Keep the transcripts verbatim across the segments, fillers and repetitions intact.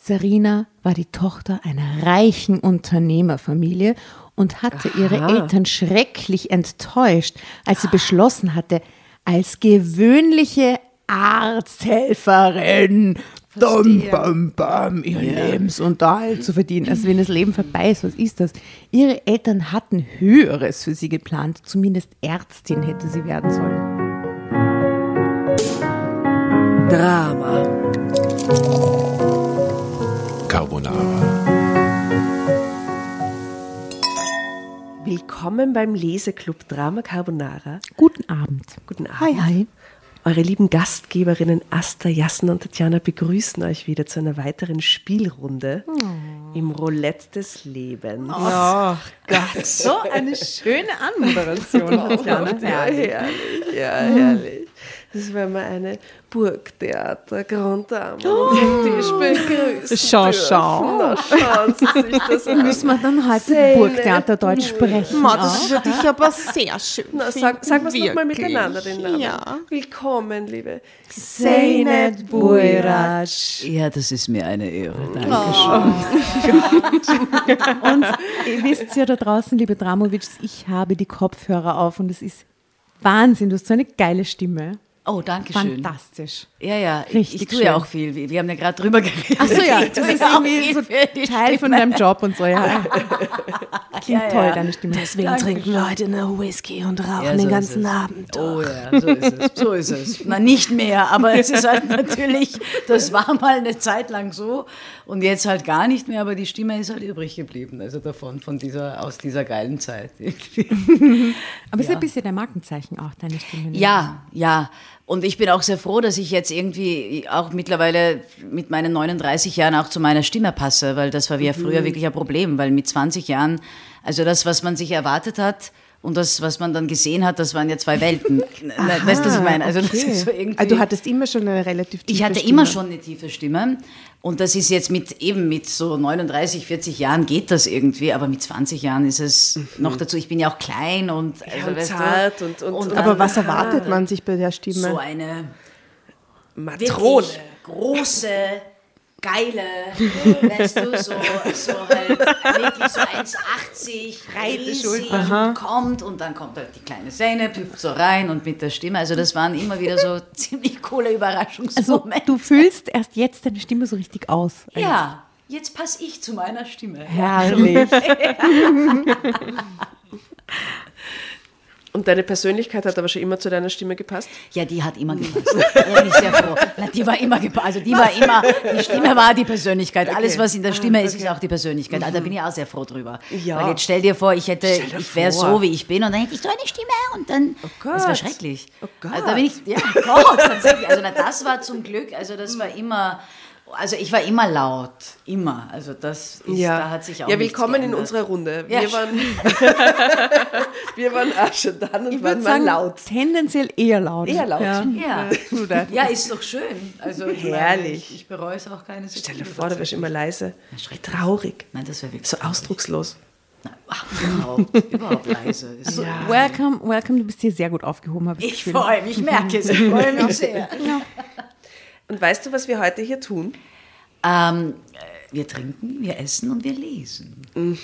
Zarina war die Tochter einer reichen Unternehmerfamilie und hatte Aha. ihre Eltern schrecklich enttäuscht, als sie beschlossen hatte, als gewöhnliche Arzthelferin Dum, bam, bam, ihren ja. Lebensunterhalt zu verdienen. Also wenn das Leben vorbei ist, was ist das? Ihre Eltern hatten Höheres für sie geplant. Zumindest Ärztin hätte sie werden sollen. Drama. Carbonara. Willkommen beim Leseclub Drama Carbonara. Guten Abend. Guten Abend. Hi, hi. Eure lieben Gastgeberinnen Asta, Jasna und Tatjana begrüßen euch wieder zu einer weiteren Spielrunde oh. im Roulette des Lebens. Oh Gott, so eine schöne Anmoderation, Tatjana. Ja, herrlich, ja, herrlich. Das war mal eine Burgtheater Grand Dame oh. am Tisch begrüßen Schau, schau. Na, schauen Sie sich das an. Müssen wir dann heute Sehr Burgtheater Deutsch sprechen? Ma, das würde ich aber sehr schön Na, sag, Sagen wir es nochmal miteinander, den Namen. Ja. Willkommen, liebe Zeynep Boyrac. Ja, das ist mir eine Ehre. Dankeschön. Oh. Und ihr wisst ja da draußen, liebe Dramovics, ich habe die Kopfhörer auf und es ist Wahnsinn, du hast so eine geile Stimme. Oh, danke schön. Fantastisch. Ja, ja, Richtig ich, ich tue schön. ja auch viel. Wir haben ja gerade drüber geredet. Ach so, ja, ich das ist irgendwie so Teil von deinem Job und so, ja. Klingt ja, toll, ja. deine Stimme. Deswegen Danke trinken schön. wir heute nur Whisky und rauchen Ja, so den ganzen ist es. Abend. Oh ja, so ist es. So ist es. Na, nicht mehr, aber es ist halt natürlich, das war mal eine Zeit lang so und jetzt halt gar nicht mehr, aber die Stimme ist halt übrig geblieben, also davon, von dieser, aus dieser geilen Zeit. Aber es ist Ja. ein bisschen der Markenzeichen auch, deine Stimme. Ne? Ja, ja. Und ich bin auch sehr froh, dass ich jetzt irgendwie auch mittlerweile mit meinen neununddreißig Jahren auch zu meiner Stimme passe, weil das war ja früher wirklich ein Problem, weil mit zwanzig Jahren, also das, was man sich erwartet hat und das, was man dann gesehen hat, das waren ja zwei Welten. Aha, weißt du, was ich meine? Also okay. das ist so irgendwie, Also du hattest immer schon eine relativ tiefe ich hatte Stimme. immer schon eine tiefe Stimme und das ist jetzt mit eben mit so neununddreißig, vierzig Jahren geht das irgendwie, aber mit zwanzig Jahren ist es mhm. noch dazu, ich bin ja auch klein und, also, Ja, und weißt zart du, und, und, und und Aber was Haare. erwartet man sich bei der Stimme? so eine Matrone. wirklich große, geile, weißt du, so, so halt wirklich so eins achtzig, riesig kommt und dann kommt halt die kleine Zeynep, hüpft so rein und mit der Stimme, also das waren immer wieder so ziemlich coole Also Überraschungsmomente. du fühlst erst jetzt deine Stimme so richtig aus. Ja, jetzt passe ich zu meiner Stimme. Herrlich. Und deine Persönlichkeit hat aber schon immer zu deiner Stimme gepasst? Ja, die hat immer gepasst. Da bin ich sehr froh. Na, die war immer gepasst. Also die war immer, die Stimme war die Persönlichkeit. Okay. Alles, was in der Stimme Ah, ist, okay. ist auch die Persönlichkeit. Also da bin ich auch sehr froh drüber. Ja. Weil jetzt stell dir vor, ich hätte, Stell dir ich wäre vor. so, wie ich bin und dann hätte ich so eine Stimme und dann, Oh Gott. das wäre schrecklich. Oh Gott. Also da bin ich, ja, Gott, tatsächlich. Also na, das war zum Glück, also das war immer, also ich war immer laut, immer. Also das ist, Ja, da hat sich auch ja nichts willkommen in geändert. unserer Runde. Ja, Wir, waren, wir waren auch schon dann und Ich waren würde mal sagen, laut. tendenziell eher laut. Eher laut. Ja. Ja. Ja, ist doch schön. Also ich meine, Herrlich. Ich, ich bereue es auch keine Sekunde. Stell dir vor, da wärst du immer leise. Wie schrecklich. traurig. Nein, das wäre wirklich So ausdruckslos. Nein, ach, überhaupt, überhaupt leise. Ist Also, so- welcome, welcome, du bist hier sehr gut aufgehoben, habe ich das Ich Gefühl. freue mich, ich merke es, ich freue mich sehr. Und weißt du, was wir heute hier tun? Ähm, äh, wir trinken, wir essen und wir lesen.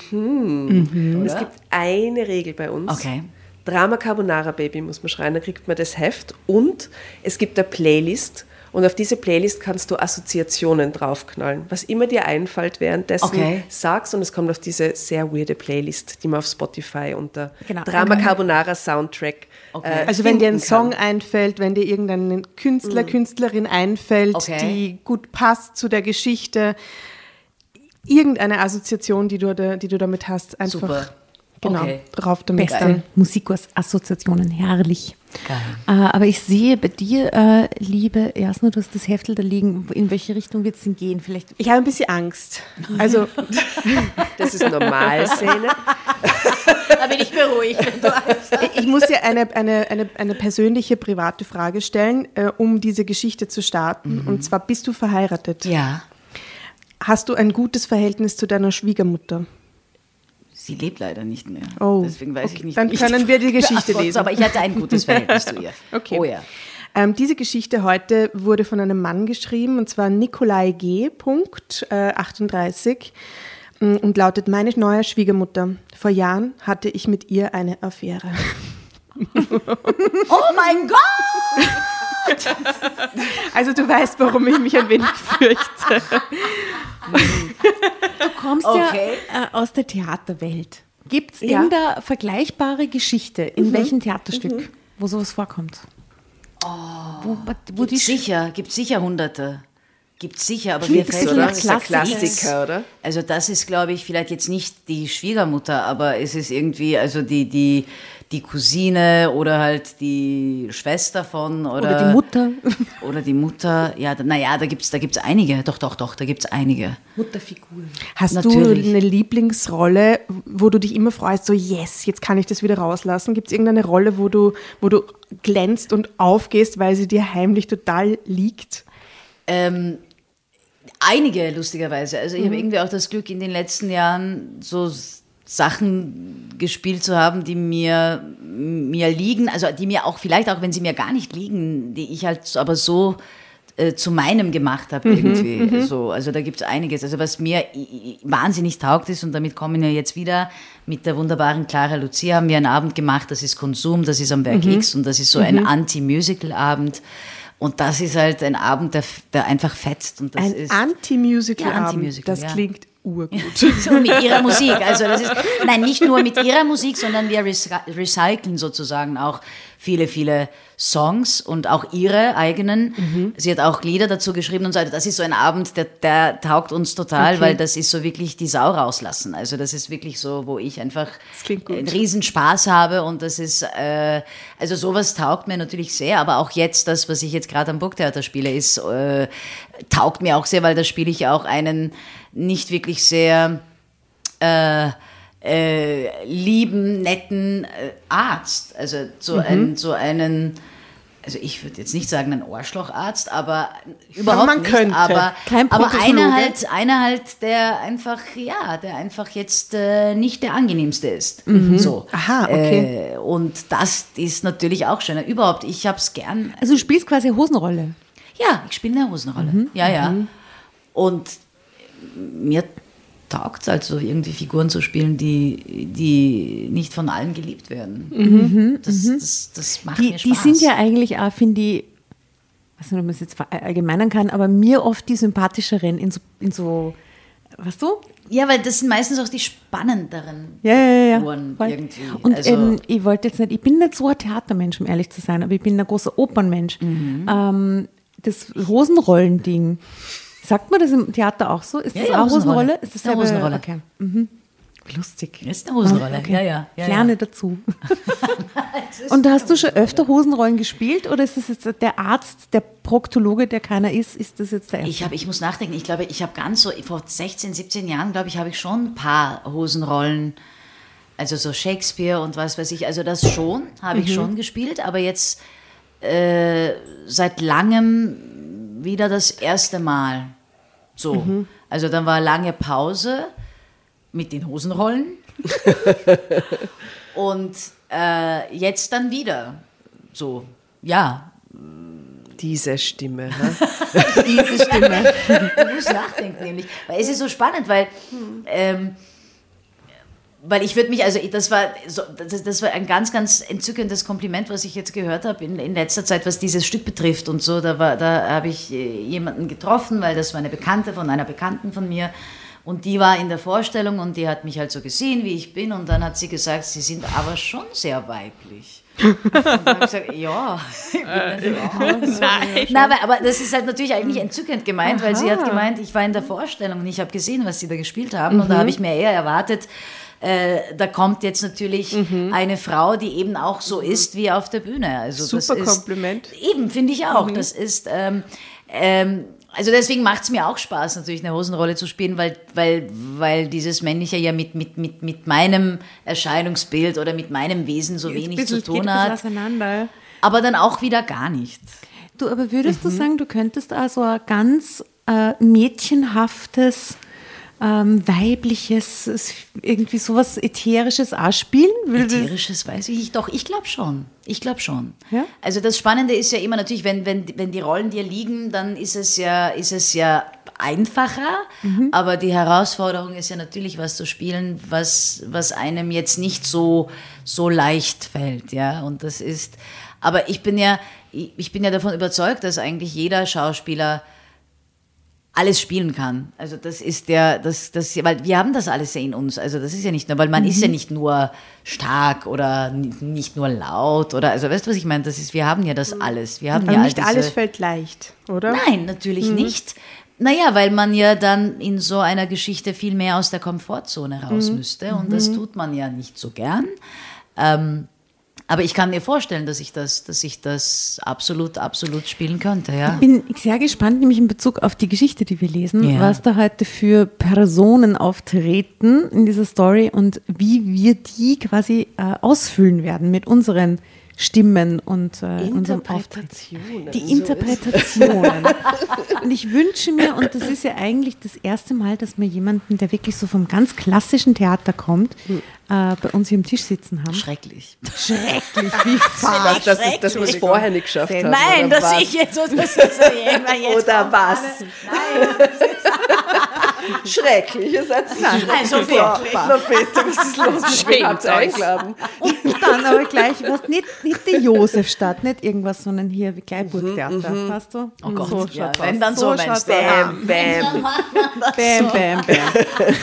Mhm. Es gibt eine Regel bei uns. Okay. Drama Carbonara Baby muss man schreien, dann kriegt man das Heft. Und es gibt eine Playlist. Und auf diese Playlist kannst du Assoziationen draufknallen. Was immer dir einfällt währenddessen, Okay. sagst. Und es kommt auf diese sehr weirde Playlist, die man auf Spotify unter Genau. Drama Carbonara Soundtrack Okay. äh, Also wenn dir ein finden Song kann. einfällt, wenn dir irgendein Künstler, Künstlerin einfällt, Okay. die gut passt zu der Geschichte, irgendeine Assoziation, die du, da, die du damit hast, einfach Super. genau, Okay. drauf damit Beste dann. Musikassoziationen, herrlich. Geil. Äh, aber ich sehe bei dir, äh, liebe Jasna, du hast das Heftel da liegen. In welche Richtung wird es denn gehen? Vielleicht. Ich habe ein bisschen Angst. Also Das ist Normalszene. Da bin ich beruhigt, wenn du alles sagst. ich muss dir eine, eine, eine, eine persönliche, private Frage stellen, äh, um diese Geschichte zu starten. Und zwar, bist du verheiratet? Ja, Hast du ein gutes Verhältnis zu deiner Schwiegermutter? sie lebt leider nicht mehr. Oh, Deswegen weiß okay. ich nicht. Dann wie ich können die wir die Frage Geschichte beantworte, lesen. Aber ich hatte ein gutes Verhältnis zu ihr. Okay. Oh ja. Ähm, diese Geschichte heute wurde von einem Mann geschrieben, und zwar Nikolai G. Punkt, äh, achtunddreißig, und lautet: Meine neue Schwiegermutter. Vor Jahren hatte ich mit ihr eine Affäre. Oh mein Gott! Also du weißt, warum ich mich ein wenig fürchte. Du kommst Okay. ja äh, aus der Theaterwelt. Gibt es Ja. irgendeine vergleichbare Geschichte, in welchem Theaterstück, wo sowas vorkommt? Wo, wo die Gibt sicher, gibt sicher Hunderte. Gibt sicher, aber Fix, mir fällt oder? Das ist ein Klassiker. Klassiker, oder? Also das ist, glaube ich, vielleicht jetzt nicht die Schwiegermutter, aber es ist irgendwie, also die, die, die Cousine oder halt die Schwester von oder, Oder die Mutter. Oder die Mutter. Ja, da, naja, da gibt es da gibt's einige. Doch, doch, doch, da gibt es einige. Mutterfiguren. Hast Natürlich. du eine Lieblingsrolle, wo du dich immer freust, so yes, jetzt kann ich das wieder rauslassen? Gibt es irgendeine Rolle, wo du, wo du glänzt und aufgehst, weil sie dir heimlich total liegt? Ähm, einige, lustigerweise. Also ich habe irgendwie auch das Glück, in den letzten Jahren so S- Sachen gespielt zu haben, die mir, mir liegen, also die mir auch, vielleicht auch, wenn sie mir gar nicht liegen, die ich halt aber so äh, zu meinem gemacht habe irgendwie. So, also da gibt es einiges. Also was mir i- i- wahnsinnig taugt ist, und damit kommen wir jetzt wieder, mit der wunderbaren Clara Lucia haben wir einen Abend gemacht, das ist Konsum, das ist am Werk X, und das ist so ein Anti-Musical-Abend. Und das ist halt ein Abend, der, der einfach fetzt. Und das Ein ist Anti-Musical-Abend, Ja, Anti-Musical, das ja. klingt urgut. so mit ihrer Musik. Also das ist, nein, nicht nur mit ihrer Musik, sondern wir recy- recyceln sozusagen auch viele, viele Songs und auch ihre eigenen. Sie hat auch Lieder dazu geschrieben und so. Also das ist so ein Abend, der, der taugt uns total, Okay. weil das ist so wirklich die Sau rauslassen. Also das ist wirklich so, wo ich einfach klingt gut. einen riesen Spaß habe, und das ist, äh, also sowas taugt mir natürlich sehr, aber auch jetzt das, was ich jetzt gerade am Burgtheater spiele, ist, äh, taugt mir auch sehr, weil da spiele ich auch einen nicht wirklich sehr äh, äh, lieben, netten äh, Arzt. Also so, ein, so einen, also ich würde jetzt nicht sagen einen Arschlocharzt, aber überhaupt man nicht. könnte. Aber, Kein aber Proktologe. einer halt, einer halt, der einfach, ja, der einfach jetzt äh, nicht der angenehmste ist. So. Aha, okay. Äh, und das ist natürlich auch schön. Überhaupt, ich habe es gern. Also du spielst quasi Hosenrolle. Ja, ich spiele eine Hosenrolle. Ja, ja. Und mir taugt es halt so, irgendwie Figuren zu spielen, die, die nicht von allen geliebt werden. Das, das, das macht Die, mir die Spaß. sind ja eigentlich auch, finde ich, ich weiß nicht, ob man es jetzt verallgemeinern kann, aber mir oft die sympathischeren in so, in so weißt du? Ja, weil das sind meistens auch die spannenderen Ja, ja, ja. Figuren Voll. irgendwie. Und also, ähm, ich wollte jetzt nicht, ich bin nicht so ein Theatermensch, um ehrlich zu sein, aber ich bin ein großer Opernmensch. Mhm. Ähm, das Hosenrollending, sagt man das im Theater auch so? Ist Ja, das ja, auch Hosenrolle. Hosenrolle? Ist das Eine selbe- Hosenrolle. Okay. Mhm. Lustig. das ist eine Hosenrolle. Okay. Ja, ja. ja, Ich lerne ja. dazu. Und hast du schon öfter Hosenrollen gespielt oder ist das jetzt der Arzt, der Proktologe, der keiner ist, ist das jetzt der erste? Ich, hab, ich muss nachdenken, ich glaube, ich habe ganz so, vor sechzehn, siebzehn Jahren, glaube ich, habe ich schon ein paar Hosenrollen, also so Shakespeare und was weiß ich, also das schon, habe ich schon gespielt, aber jetzt äh, seit langem wieder das erste Mal. So, also dann war lange Pause mit den Hosenrollen und äh, jetzt dann wieder. So, ja, Diese Stimme. Ha? diese Stimme. Ich muss nachdenken, nämlich. Weil es ist so spannend, weil, ähm, weil ich würde mich, also das war, so, das, das war ein ganz, ganz entzückendes Kompliment, was ich jetzt gehört habe in, in letzter Zeit, was dieses Stück betrifft und so. Da, war, da habe ich äh, jemanden getroffen, weil das war eine Bekannte von einer Bekannten von mir. Und die war in der Vorstellung und die hat mich halt so gesehen, wie ich bin. Und dann hat sie gesagt, sie sind aber schon sehr weiblich. Und dann habe ich gesagt, ja, ich bin natürlich auch. Nein. Na, aber, aber das ist halt natürlich eigentlich entzückend gemeint, weil sie hat gemeint, ich war in der Vorstellung und ich habe gesehen, was sie da gespielt haben. Und da habe ich mir eher erwartet, äh, da kommt jetzt natürlich eine Frau, die eben auch so ist wie auf der Bühne. Also Super das ist, Kompliment. Eben, finde ich auch. Das ist, ähm, ähm, also deswegen macht es mir auch Spaß, natürlich eine Hosenrolle zu spielen, weil, weil, weil dieses Männliche ja mit, mit, mit, mit meinem Erscheinungsbild oder mit meinem Wesen so wenig Bisschen- zu tun geht ein bisschen hat. auseinander. Aber dann auch wieder gar nicht. Du, aber würdest du sagen, du könntest also ein ganz äh, mädchenhaftes ähm, weibliches, irgendwie sowas Ätherisches auch spielen? Würde Ätherisches weiß ich nicht. Doch, ich glaube schon. Ich glaube schon. Ja? Also das Spannende ist ja immer natürlich, wenn, wenn, wenn die Rollen dir liegen, dann ist es ja, ist es ja einfacher, mhm. aber die Herausforderung ist ja natürlich, was zu spielen, was, was einem jetzt nicht so, so leicht fällt. Ja? Und das ist, aber ich bin ja, ich bin ja davon überzeugt, dass eigentlich jeder Schauspieler alles spielen kann. Also das ist der, das, das, weil wir haben das alles ja in uns. Also das ist ja nicht nur, weil man mhm. ist ja nicht nur stark oder nicht nur laut oder, also weißt du, was ich meine? Das ist, wir haben ja das alles. Wir haben Aber ja nicht all alles diese, fällt leicht, oder? Nein, natürlich Mhm. nicht. Naja, weil man ja dann in so einer Geschichte viel mehr aus der Komfortzone raus Mhm. müsste und das tut man ja nicht so gern. Ähm, aber ich kann mir vorstellen, dass ich das, dass ich das absolut, absolut spielen könnte, ja. Ich bin sehr gespannt, nämlich in Bezug auf die Geschichte, die wir lesen, Ja. was da heute für Personen auftreten in dieser Story und wie wir die quasi äh, ausfüllen werden mit unseren Stimmen und äh, unserem Auftritt. Interpretationen. Die So Interpretationen. Und ich wünsche mir, und das ist ja eigentlich das erste Mal, dass wir jemanden, der wirklich so vom ganz klassischen Theater kommt, äh, bei uns hier am Tisch sitzen haben. Schrecklich. Schrecklich, wie Das, das, ist, dass wir es vorher nicht geschafft haben. Nein, oder dass was? ich jetzt, das ist immer jetzt. Oder was? Nein, Schrecklich, ihr seid nein, so wirklich. Na bitte, was ist los? Ich hab's eingeladen. Und dann aber gleich, was nicht, nicht die Josefstadt, nicht irgendwas, sondern hier wie Kleinburgtheater, weißt du? Oh Gott, so ja, schaut's wenn aus. dann so, schaut's meinst du. aus. Bam, bam. Bam, bam, bam.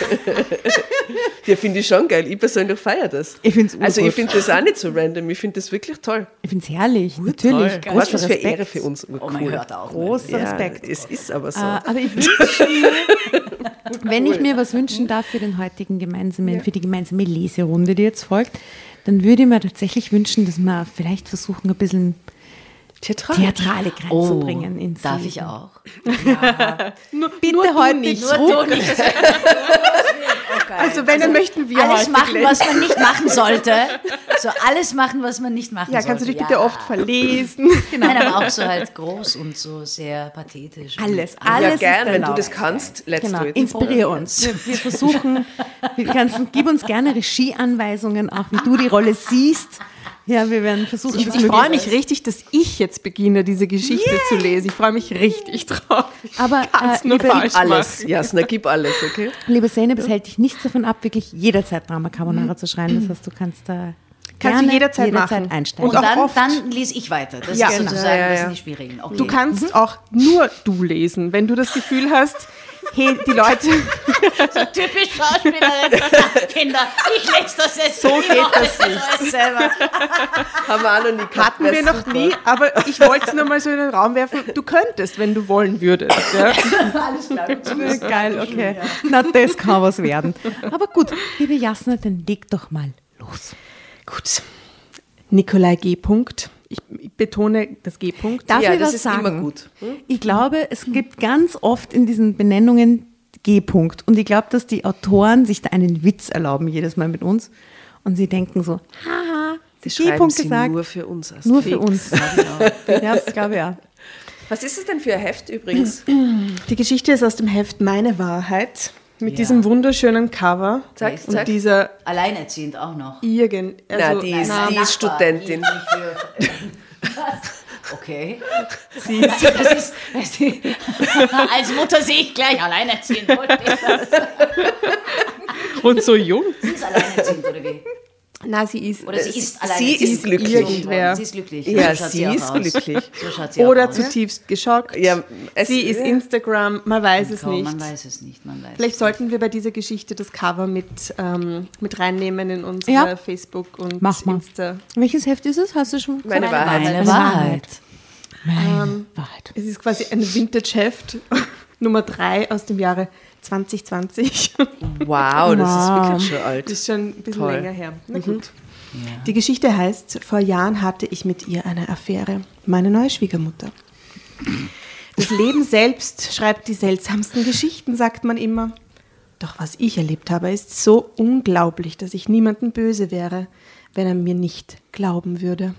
Ja, finde ich schon geil. Ich persönlich feiere das. Ich finde es Also ich finde das auch nicht so random. Ich finde das wirklich toll. Ich finde es herrlich, natürlich. Toll. Großer Was das für Respekt. Ehre für uns. Oh mein Gott, auch. Großer Ja, Respekt. es ist aber so. Äh, aber ich wünsche mir, wenn ich mir was wünschen darf für den heutigen gemeinsamen, für die gemeinsame Leserunde, die jetzt folgt, dann würde ich mir tatsächlich wünschen, dass wir vielleicht versuchen, ein bisschen Theatral. Theatralik Oh, reinzubringen. ins darf Leben. ich auch? Nur, Bitte heute nicht. Nur du nicht. Also wenn, dann möchten wir Alles heute machen, glänzen. was man nicht machen sollte. So alles machen, was man nicht machen Ja, sollte. kannst du dich ja. bitte oft verlesen? Nein, aber auch so halt groß und so sehr pathetisch. Alles, Und, Ja, alles ist gerne, wenn du erlaubt. das kannst. Let's Genau, do it. inspiriere uns. Wir, wir versuchen, wir kannst, gib uns gerne Regieanweisungen, auch wie du die Rolle siehst. Ja, wir werden versuchen, Ich, das ich freue möglichst- mich richtig, dass ich jetzt beginne, diese Geschichte zu lesen. Ich freue mich richtig drauf. Aber Kann's äh, nur liebe, falsch Alles, Jasna, gib alles, okay? liebe Zeynep, es hält dich nichts davon ab, wirklich jederzeit Drama Carbonara zu schreiben. Das heißt, du kannst da Kannst du gerne jederzeit machen. einsteigen. und Und auch dann, oft. dann lese ich weiter. Das Ja, ist genau. sozusagen, Ja, ja, das ja. sind die Spielregeln. Okay. Du kannst auch nur du lesen, wenn du das Gefühl hast, hey, die Leute, so typisch Schauspielerin. Kinder, ich lese das jetzt. So geht das nicht. Selber. Haben wir auch noch nie gehabt. hatten wir Wär noch super. nie, aber ich wollte es nur mal so in den Raum werfen. Du könntest, wenn du wollen würdest. Ja? Alles klar. Geil, okay. Na, das kann was werden. Aber gut, liebe Jasna, dann leg doch mal los. Gut. Nikolai G. Punkt. Ich betone das G. Punkt. Darf Ja, ich das was ist sagen? immer gut. Hm? Ich glaube, es gibt ganz oft in diesen Benennungen G-Punkt. Und ich glaube, dass die Autoren sich da einen Witz erlauben, jedes Mal mit uns. Und sie denken so, haha, Das schreiben G-Punkt sie gesagt. nur für uns. Astrid. Nur für uns. Ja, das glaube ich auch. Was ist es denn für ein Heft übrigens? Die Geschichte ist aus dem Heft Meine Wahrheit mit Ja. diesem wunderschönen Cover Zack, und zack. dieser Alleinerziehend auch noch. irgend Na, also, die ist, Nein, die Nachbar. ist Studentin. Ich- ich für- Okay. Sie ist, das ist, weißt du, als Mutter sehe ich gleich alleinerziehend. und so jung. Sie ist alleinerziehend, oder wie? Na, sie ist Oder sie ist Sie alleinerziehend. ist glücklich. Irgendwer. Sie ist glücklich. Ja, so schaut sie auch ist aus. glücklich. So schaut sie oder auch aus. zutiefst geschockt. Ja, es- sie ist ja. Instagram, man weiß es Kaum, nicht. Man weiß es nicht. Man weiß Vielleicht es sollten wir bei dieser Geschichte das Cover mit, ähm, mit reinnehmen in unsere Ja. Facebook und Mach mal. Insta. Welches Heft ist es? Hast du schon Meine gesagt? Wahrheit. Meine Meine Wahrheit. Meine Wahrheit. Es ist quasi ein Vintage-Heft Nummer drei aus dem Jahre zwanzig zwanzig. Wow, das Wow. ist wirklich schon alt. Das ist schon ein bisschen Toll. länger her. Na gut. Die Geschichte heißt, vor Jahren hatte ich mit ihr eine Affäre. Meine neue Schwiegermutter. Das Leben selbst schreibt die seltsamsten Geschichten, sagt man immer. Doch was ich erlebt habe, ist so unglaublich, dass ich niemandem böse wäre, wenn er mir nicht glauben würde.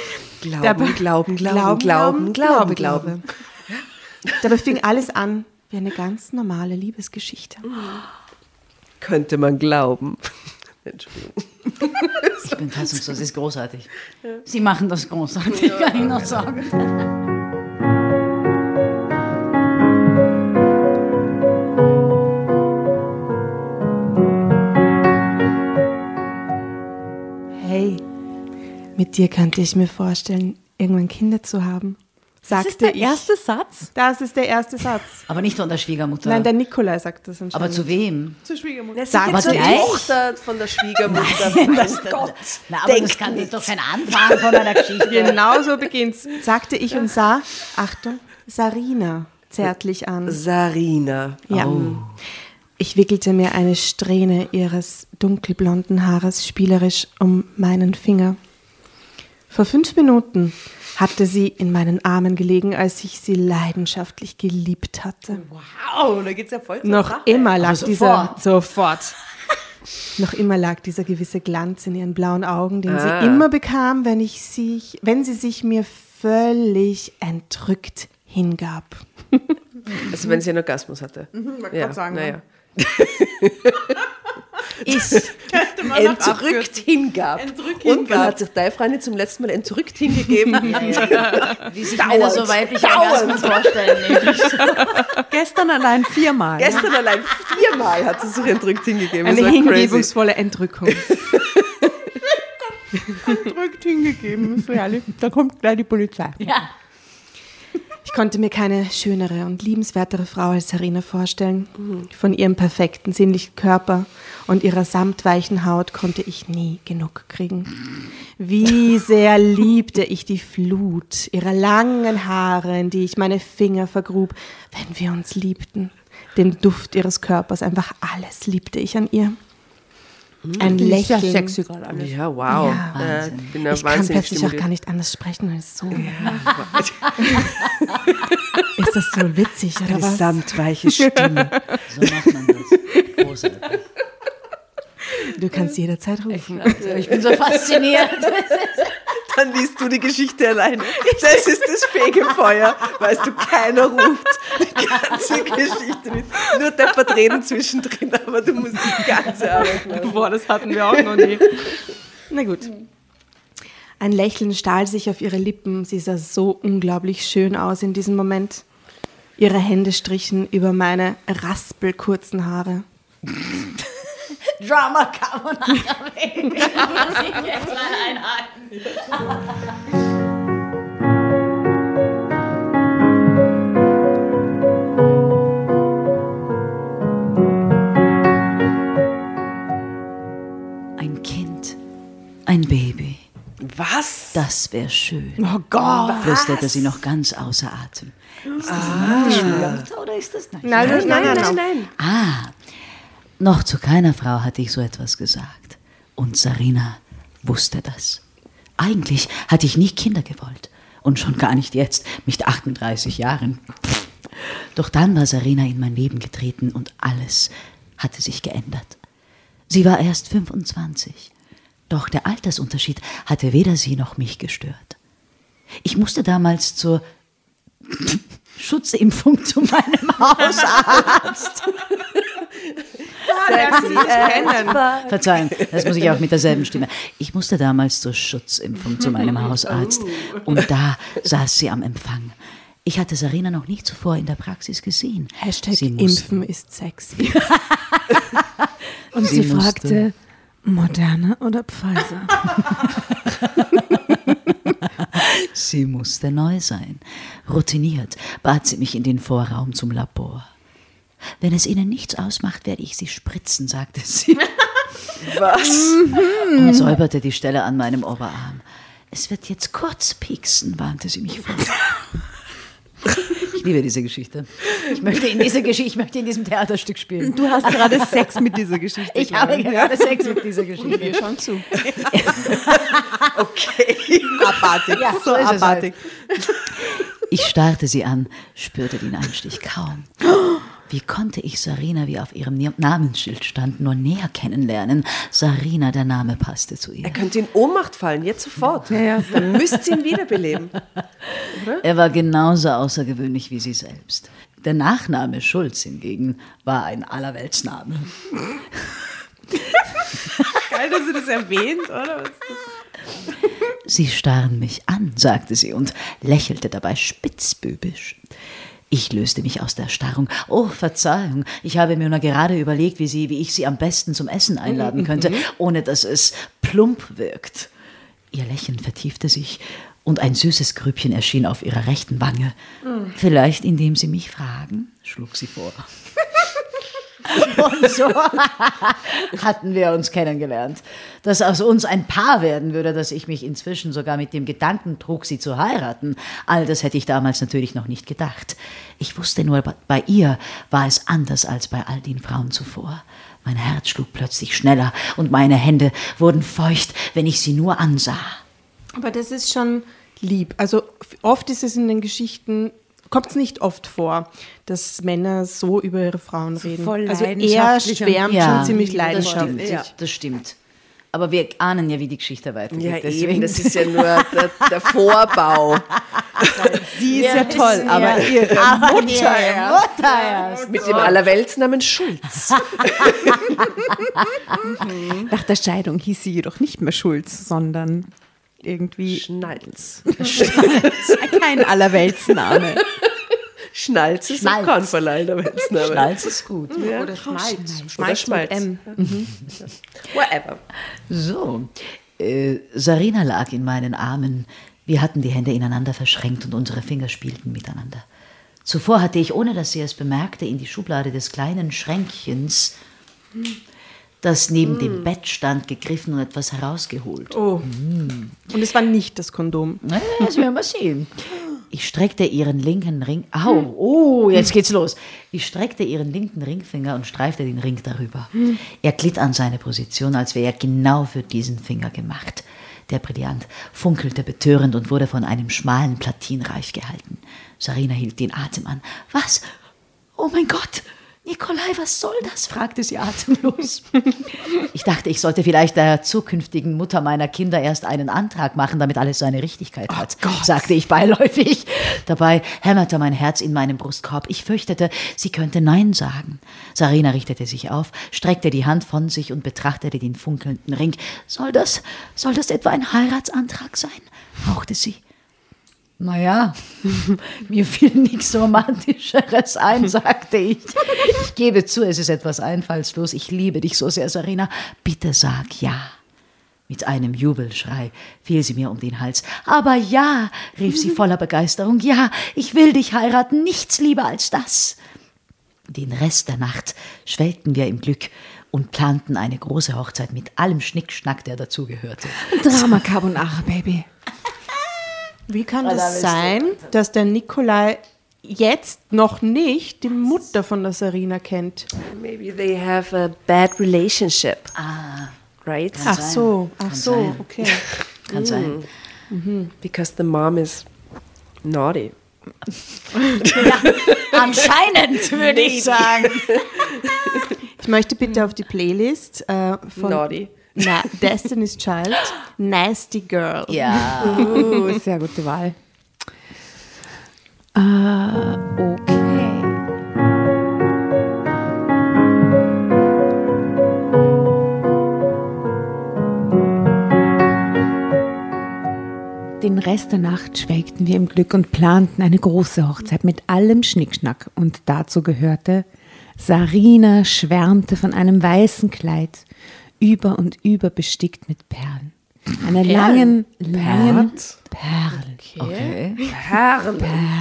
Glauben, Dabei- glauben, glauben, glauben, glauben, glauben. Dabei fing alles an wie eine ganz normale Liebesgeschichte. Könnte man glauben. Entschuldigung. Ich bin fassungslos, das ist großartig. Sie machen das großartig, kann ich noch sagen. Hey, mit dir könnte ich mir vorstellen, irgendwann Kinder zu haben. Sagte Das ist der ich. erste Satz? Das ist der erste Satz. Aber nicht von der Schwiegermutter. Nein, der Nikolai sagt das anscheinend. aber zu wem? Zur Schwiegermutter. Das Sag ist mal zur gleich. Tochter von der Schwiegermutter. Nein, Mein das, Gott. Na, aber denk das kann nicht. doch kein Anfang von einer Geschichte. Genau so beginnt's. Sagte ich und sah, Achtung, Sarina zärtlich an. Sarina. Ja. Ich wickelte mir eine Strähne ihres dunkelblonden Haares spielerisch um meinen Finger. Vor fünf Minuten hatte sie in meinen Armen gelegen, als ich sie leidenschaftlich geliebt hatte. Wow, da geht's ja voll zur Noch Sache. immer lag Aber dieser sofort. Noch immer lag dieser gewisse Glanz in ihren blauen Augen, den Ah. sie immer bekam, wenn ich sich, wenn sie sich mir völlig entrückt hingab. Also wenn sie einen Orgasmus hatte. wollte Ja, grad sagen, naja. Ist Entrückt hingab. Entrückt Und wann hingab. hat sich deine Freundin zum letzten Mal entrückt hingegeben? wie sich Männer so weibliche Orgasmen vorstellen. Nämlich. Gestern allein viermal. Gestern allein viermal hat sie sich entrückt hingegeben. Eine Das war crazy. hingebungsvolle Entrückung. Entrückt hingegeben. Ist so herrlich. Da kommt gleich die Polizei. Ja. Ich konnte mir keine schönere und liebenswertere Frau als Sarina vorstellen. Von ihrem perfekten sinnlichen Körper und ihrer samtweichen Haut konnte ich nie genug kriegen. Wie sehr liebte ich die Flut ihrer langen Haare, in die ich meine Finger vergrub, wenn wir uns liebten. Den Duft ihres Körpers, einfach alles liebte ich an ihr. Ein Ist ja Lächeln. sexy gerade alles. Ja, wow. Ja. Äh, ich bin ja Ich kann wahnsinnig plötzlich auch stimuliert. gar nicht anders sprechen, weil es so. Ist das so witzig, oder Eine was? samtweiche Stimme. So macht man das. Großartig. Du kannst jederzeit rufen. Also, ich bin so fasziniert. Dann liest du die Geschichte alleine. Das ist das Fegefeuer. Weißt du, keiner ruft die ganze Geschichte mit. Nur deppert reden zwischendrin, aber du musst die ganze Arbeit machen. Boah, das hatten wir auch noch nie. Na gut. Ein Lächeln stahl sich auf ihre Lippen. Sie sah so unglaublich schön aus in diesem Moment. Ihre Hände strichen über meine raspelkurzen Haare. Drama Carbonara Baby. Muss ich jetzt mal einhaken. Ein Kind, ein Baby, Was? das wäre schön, Oh Gott. flüsterte sie noch ganz außer Atem. Ist das die Schwiegermutter oder ist das nicht? Nein, nein, nein, nein. nein. Ah, noch zu keiner Frau hatte ich so etwas gesagt. Und Sarina wusste das. Eigentlich hatte ich nie Kinder gewollt. Und schon gar nicht jetzt, mit achtunddreißig Jahren. Doch dann war Sarina in mein Leben getreten und alles hatte sich geändert. Sie war erst fünfundzwanzig. Doch der Altersunterschied hatte weder sie noch mich gestört. Ich musste damals zur Schutzimpfung zu meinem Hausarzt. Verzeihung, das muss ich auch mit derselben Stimme. Ich musste damals zur Schutzimpfung zu meinem Hausarzt und da saß sie am Empfang. Ich hatte Sarina noch nie zuvor in der Praxis gesehen. Hashtag Sie musste- Impfen ist sexy. Und Sie sie, musste- fragte, Moderna oder Pfizer? Sie musste neu sein. Routiniert bat sie mich in den Vorraum zum Labor. Wenn es Ihnen nichts ausmacht, werde ich Sie spritzen, sagte sie. Was? Und säuberte die Stelle an meinem Oberarm. Es wird jetzt kurz pieksen, warnte sie mich vor. Ich liebe diese Geschichte. Ich möchte in dieser Geschichte, ich möchte in diesem Theaterstück spielen. Du hast gerade Sex mit dieser Geschichte. Ich habe gerade Sex mit dieser Geschichte. Wir schauen zu. Okay. abartig. Ja, so so ist es abartig. Ich starrte sie an, spürte den Einstich kaum. Wie konnte ich Sarina, wie auf ihrem Namensschild stand, nur näher kennenlernen? Sarina, der Name passte zu ihr. Er könnte in Ohnmacht fallen, jetzt sofort. Ja, ja. Dann müsst ihr ihn wiederbeleben. Er war genauso außergewöhnlich wie sie selbst. Der Nachname Schulz hingegen war ein Allerweltsname. Geil, dass sie das erwähnt, oder? Was ist das? Sie starren mich an, sagte sie und lächelte dabei spitzbübisch. Ich löste mich aus der Starrung. Oh, Verzeihung, ich habe mir nur gerade überlegt, wie, sie, wie ich Sie am besten zum Essen einladen könnte, ohne dass es plump wirkt. Ihr Lächeln vertiefte sich und ein süßes Grübchen erschien auf ihrer rechten Wange. Vielleicht, indem Sie mich fragen, schlug sie vor. Und so hatten wir uns kennengelernt. Dass aus uns ein Paar werden würde, dass ich mich inzwischen sogar mit dem Gedanken trug, sie zu heiraten. All das hätte ich damals natürlich noch nicht gedacht. Ich wusste nur, bei ihr war es anders als bei all den Frauen zuvor. Mein Herz schlug plötzlich schneller und meine Hände wurden feucht, wenn ich sie nur ansah. Aber das ist schon lieb. Also oft ist es in den Geschichten, kommt es nicht oft vor, dass Männer so über ihre Frauen reden. voll also er leidenschaftlich schwärmt Ja, schon ziemlich Das leidenschaftlich. stimmt, Ja. das stimmt. Aber wir ahnen ja, wie die Geschichte weitergeht. Ja, deswegen. eben, das ist ja nur der, der Vorbau. Sie ist Wir ja toll, wissen aber ja- ihre Aber Mutter die erst. Mutter erst. Mit dem Allerweltsnamen Schulz. Nach der Scheidung hieß sie jedoch nicht mehr Schulz, sondern irgendwie Schnalz. kein Allerweltsname. Schnalz ist Schnalz. ein Kornverleih, der Weltsname. Schnalz ist gut. Oder Schmalz. Oder Schmalz Schmalz. mit M. Whatever. So, äh, Sarina lag in meinen Armen. Wir hatten die Hände ineinander verschränkt und unsere Finger spielten miteinander. Zuvor hatte ich, ohne dass sie es bemerkte, in die Schublade des kleinen Schränkchens, das neben dem Bett stand, gegriffen und etwas herausgeholt. Oh. Und es war nicht das Kondom. Na, das werden wir sehen. Ich streckte ihren linken Ring... Au, oh, jetzt geht's los. Ich streckte ihren linken Ringfinger und streifte den Ring darüber. Er glitt an seine Position, als wäre er genau für diesen Finger gemacht. Der Brillant funkelte betörend und wurde von einem schmalen Platinreif gehalten. Sarina hielt den Atem an. Was? Oh mein Gott! Nikolai, was soll das? Fragte sie atemlos. Ich dachte, ich sollte vielleicht der zukünftigen Mutter meiner Kinder erst einen Antrag machen, damit alles seine Richtigkeit hat, sagte ich beiläufig. Dabei hämmerte mein Herz in meinem Brustkorb. Ich fürchtete, sie könnte Nein sagen. Sarina richtete sich auf, streckte die Hand von sich und betrachtete den funkelnden Ring. Soll das, soll das etwa ein Heiratsantrag sein? Hauchte sie. Naja, mir fiel nichts Romantischeres ein, sagte ich. Ich gebe zu, es ist etwas einfallslos. Ich liebe dich so sehr, Sarina. Bitte sag ja. Mit einem Jubelschrei fiel sie mir um den Hals. Aber ja, rief sie voller Begeisterung. Ja, ich will dich heiraten. Nichts lieber als das. Den Rest der Nacht schwelgten wir im Glück und planten eine große Hochzeit mit allem Schnickschnack, der dazugehörte. Drama Carbonara, Baby. Wie kann da das bist du. sein, dass der Nikolai jetzt noch nicht die Mutter von der Sarina kennt? Maybe they have a bad relationship. Ah, Right? Ach sein. so, ach Kann so, sein. okay. kann sein. Because the mom is naughty. Anscheinend, würde ich sagen. Ich möchte bitte auf die Playlist äh, von Naughty. Na, Destiny's Child, Nasty Girl. Ja. Uh, sehr gute Wahl. Äh, okay. Den Rest der Nacht schwelgten wir im Glück und planten eine große Hochzeit mit allem Schnickschnack. Und dazu gehörte, Sarina schwärmte von einem weißen Kleid, über und über bestickt mit Perlen. Eine langen, langen Perlen. Okay. Herren.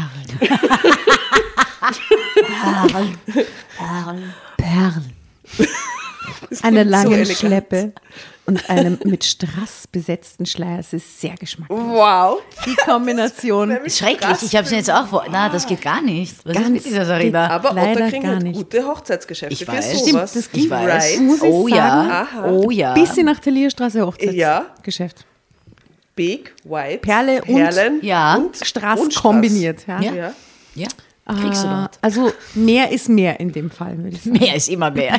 Perlen. Perlen. Einer langen elegant. Schleppe und einem mit Strass besetzten Schleier. Es ist sehr geschmacklos. Wow. Die Kombination. Schrecklich, ich habe es mir jetzt auch vor. Na, das geht gar nicht. Was ist mit dieser Sarina? Aber Leider Otterkring gar hat nicht. gute Hochzeitsgeschäfte Ich für weiß. sowas. Stimmt, das Ich gibt weiß. Right. Muss ich Oh ja. sagen, Aha. Oh ja. bisschen nach der Lierstraße Hochzeitsgeschäft. Ja. Big, white, Perle und- Perlen Ja. und Strass und Strass. kombiniert. Ja. Ja. Ja. Ja. Kriegst du Äh, dort. Also mehr ist mehr in dem Fall, würde ich sagen. Mehr ist immer mehr.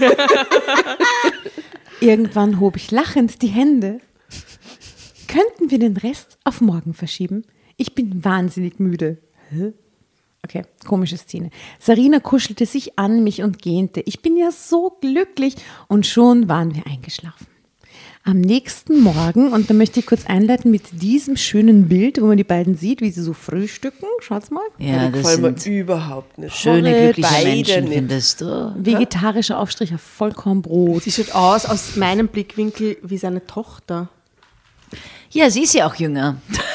Irgendwann hob ich lachend die Hände. Könnten wir den Rest auf morgen verschieben? Ich bin wahnsinnig müde. Hä? Okay, komische Szene. Sarina kuschelte sich an mich und gähnte. Ich bin ja so glücklich. Und schon waren wir eingeschlafen. Am nächsten Morgen, und da möchte ich kurz einleiten mit diesem schönen Bild, wo man die beiden sieht, wie sie so frühstücken. Schaut's mal. Ja, Die das gefallen mir sind überhaupt nicht. schöne, Horrid, glückliche beide Menschen, nicht. findest du? Vegetarischer Aufstrich auf Vollkornbrot. Sie schaut aus, aus meinem Blickwinkel, wie seine Tochter. Ja, sie ist ja auch jünger.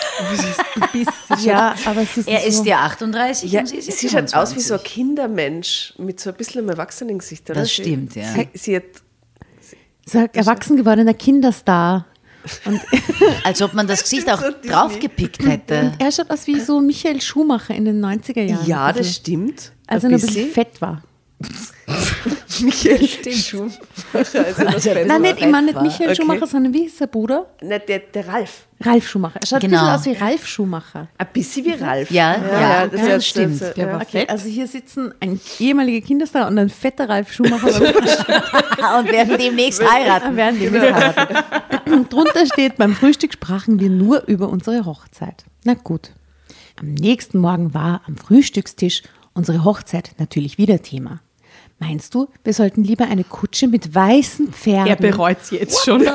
Ja, aber es ist Er so, ist ja achtunddreißig Ja, und sie ist sie jetzt schaut aus wie so ein fünfundzwanzig. Kindermensch mit so ein bisschen einem Erwachsenengesicht. Oder? Das stimmt, ja. Sie, sie hat, so ein erwachsen gewordener Kinderstar. Und Als ob man das Gesicht auch So Disney. draufgepickt hätte. er schaut aus wie so Michael Schumacher in den neunziger Jahren. ja, Also, das stimmt. Als er noch ein bisschen fett war. Michael Stimmt. Also das Also, Fett Nein, war- nicht, ich meine nicht war. Michael Okay. Schumacher, sondern wie ist sein Bruder? Nein, der, der Ralf. Ralf Schumacher. Er schaut Genau. ein bisschen aus wie Ralf Schumacher. Ein bisschen wie Ralf. Ja, ja, das, ja, ist- stimmt. das- Der ja. war okay, also hier sitzen ein ehemaliger Kinderstar und ein fetter Ralf Schumacher beim Frühstück. Und werden demnächst heiraten. Werden die heiraten. Und drunter steht, beim Frühstück sprachen wir nur über unsere Hochzeit. Na gut. Am nächsten Morgen war am Frühstückstisch unsere Hochzeit natürlich wieder Thema. Meinst du, wir sollten lieber eine Kutsche mit weißen Pferden Er bereut es jetzt schon.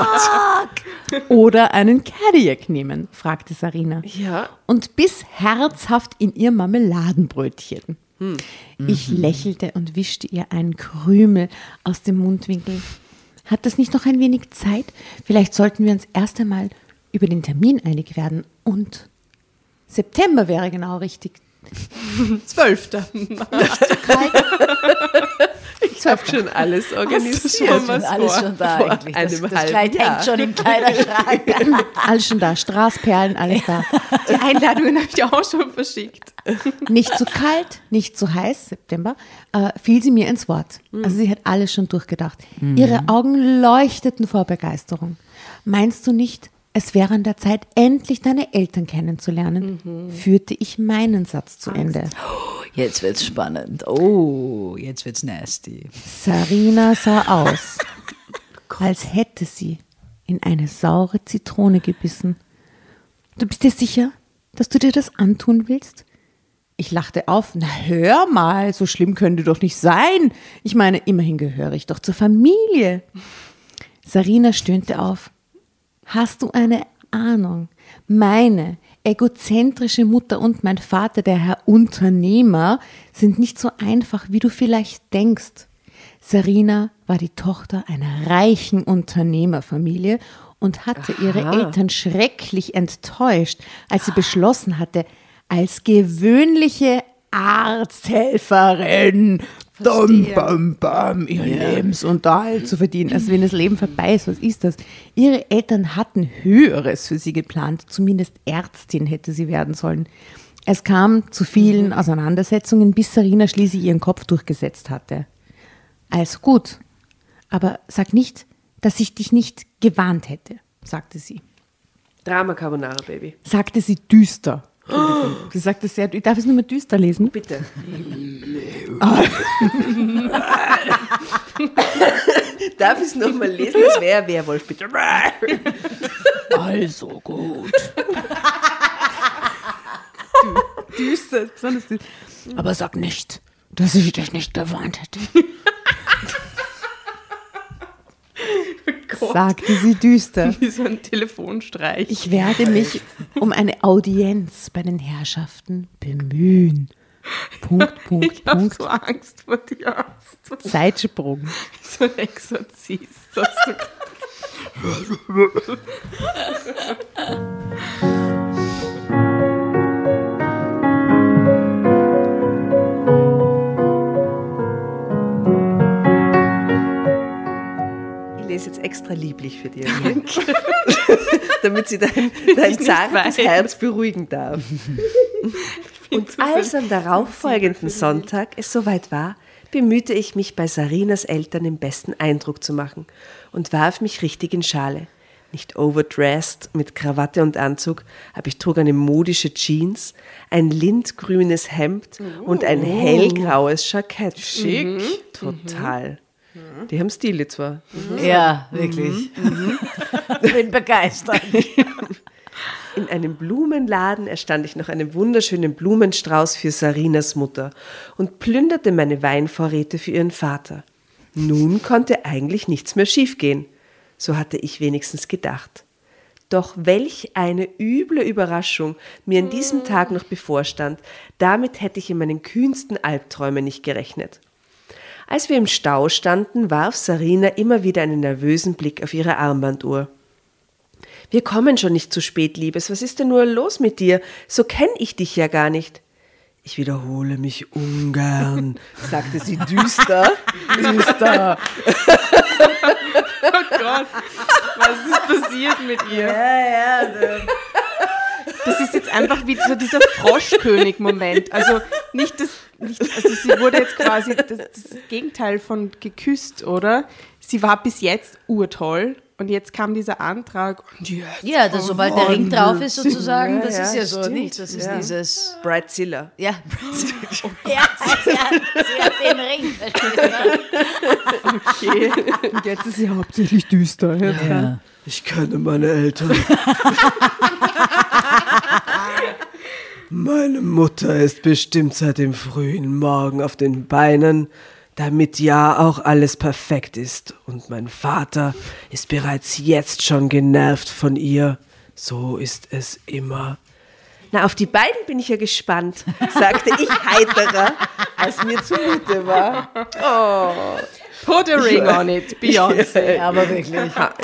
oder einen Cadillac nehmen? Fragte Sarina. Ja. Und biss herzhaft in ihr Marmeladenbrötchen. Ich lächelte und wischte ihr einen Krümel aus dem Mundwinkel. Hat das nicht noch ein wenig Zeit? Vielleicht sollten wir uns erst einmal über den Termin einig werden. Und September wäre genau richtig. Zwölfter. Ich habe schon alles organisiert. schon was Alles vor? schon da Vor eigentlich. Das, einem das halben Kleid Jahr. hängt schon im Kleiderschrank. Alles schon da, Straßperlen, alles da. Die Einladungen habe ich auch schon verschickt. Nicht zu kalt, nicht zu heiß, September, äh, fiel sie mir ins Wort. Also sie hat alles schon durchgedacht. Ihre Augen leuchteten vor Begeisterung. Meinst du nicht, es wäre an der Zeit, endlich deine Eltern kennenzulernen? Führte ich meinen Satz zu Ende. Jetzt wird's spannend. Oh, jetzt wird's nasty. Sarina sah aus, als hätte sie in eine saure Zitrone gebissen. Du bist dir sicher, dass du dir das antun willst? Ich lachte auf. Na hör mal, so schlimm könnte doch nicht sein. Ich meine, immerhin gehöre ich doch zur Familie. Sarina stöhnte auf. Hast du eine Ahnung? Meine egozentrische Mutter und mein Vater, der Herr Unternehmer, sind nicht so einfach, wie du vielleicht denkst. Sarina war die Tochter einer reichen Unternehmerfamilie und hatte ihre Eltern schrecklich enttäuscht, als sie beschlossen hatte, als gewöhnliche Arzthelferin dum, bam, bam, ihren Lebensunterhalt zu verdienen. Also wenn das Leben vorbei ist, was ist das? Ihre Eltern hatten Höheres für sie geplant, zumindest Ärztin hätte sie werden sollen. Es kam zu vielen Auseinandersetzungen, bis Sarina schließlich ihren Kopf durchgesetzt hatte. Also gut, aber sag nicht, dass ich dich nicht gewarnt hätte, sagte sie. Drama Carbonara, Baby. Sagte sie düster. Sie sagte sehr, ich darf es nur mal düster lesen. Bitte. Darf ich es nochmal lesen? Das wäre ein Werwolf, bitte. Also gut. düster, besonders düster. Aber sag nicht, dass ich dich nicht gewarnt hätte. Sagte sie düster. Wie so ein Telefonstreich. Ich werde mich um eine Audienz bei den Herrschaften bemühen. Punkt, Punkt, Ich habe Punkt. so Angst vor dir. So, Zeitsprung. so ein Exorzist. Hast du Ich lese jetzt extra lieblich für dich, okay? Damit sie dein, dein nicht zartes weinen. Herz beruhigen darf. Und als am darauffolgenden Sonntag es soweit war, bemühte ich mich, bei Sarinas Eltern den besten Eindruck zu machen und warf mich richtig in Schale. Nicht overdressed, mit Krawatte und Anzug, aber ich trug eine modische Jeans, ein lindgrünes Hemd und ein hellgraues Jackett. Schick. Total. Die haben Stile zwar. Ja, wirklich. Bin begeistert. in einem Blumenladen erstand ich noch einen wunderschönen Blumenstrauß für Sarinas Mutter und plünderte meine Weinvorräte für ihren Vater. Nun konnte eigentlich nichts mehr schiefgehen. So hatte ich wenigstens gedacht. Doch welch eine üble Überraschung mir an diesem Tag noch bevorstand, damit hätte ich in meinen kühnsten Albträumen nicht gerechnet. Als wir im Stau standen, warf Sarina immer wieder einen nervösen Blick auf ihre Armbanduhr. »Wir kommen schon nicht zu spät, Liebes. Was ist denn nur los mit dir? So kenne ich dich ja gar nicht.« »Ich wiederhole mich ungern«, sagte sie düster. Düster. Oh Gott, was ist passiert mit ihr? Ja, ja. Das ist jetzt einfach wie so dieser Froschkönig-Moment. Also nicht das, nicht, also sie wurde jetzt quasi das, das Gegenteil von geküsst, oder? Sie war bis jetzt urtoll. Und jetzt kam dieser Antrag. Und jetzt Ja, das, sobald der Ring drauf ist sozusagen, Ja, das ja, ist ja so, stimmt. nicht? Das ist Ja. dieses... Brightzilla. Ja, oh ja, sie hat, sie hat den Ring. verstehst du? okay. Und jetzt ist sie hauptsächlich düster. Jetzt, ja. Ja. Ich kenne meine Eltern. Meine Mutter ist bestimmt seit dem frühen Morgen auf den Beinen, damit ja auch alles perfekt ist. Und mein Vater ist bereits jetzt schon genervt von ihr. So ist es immer. Na, auf die beiden bin ich ja gespannt, sagte ich heiterer, als mir zumute war. Oh. Put a ring on it, Beyoncé. Ja, aber wirklich.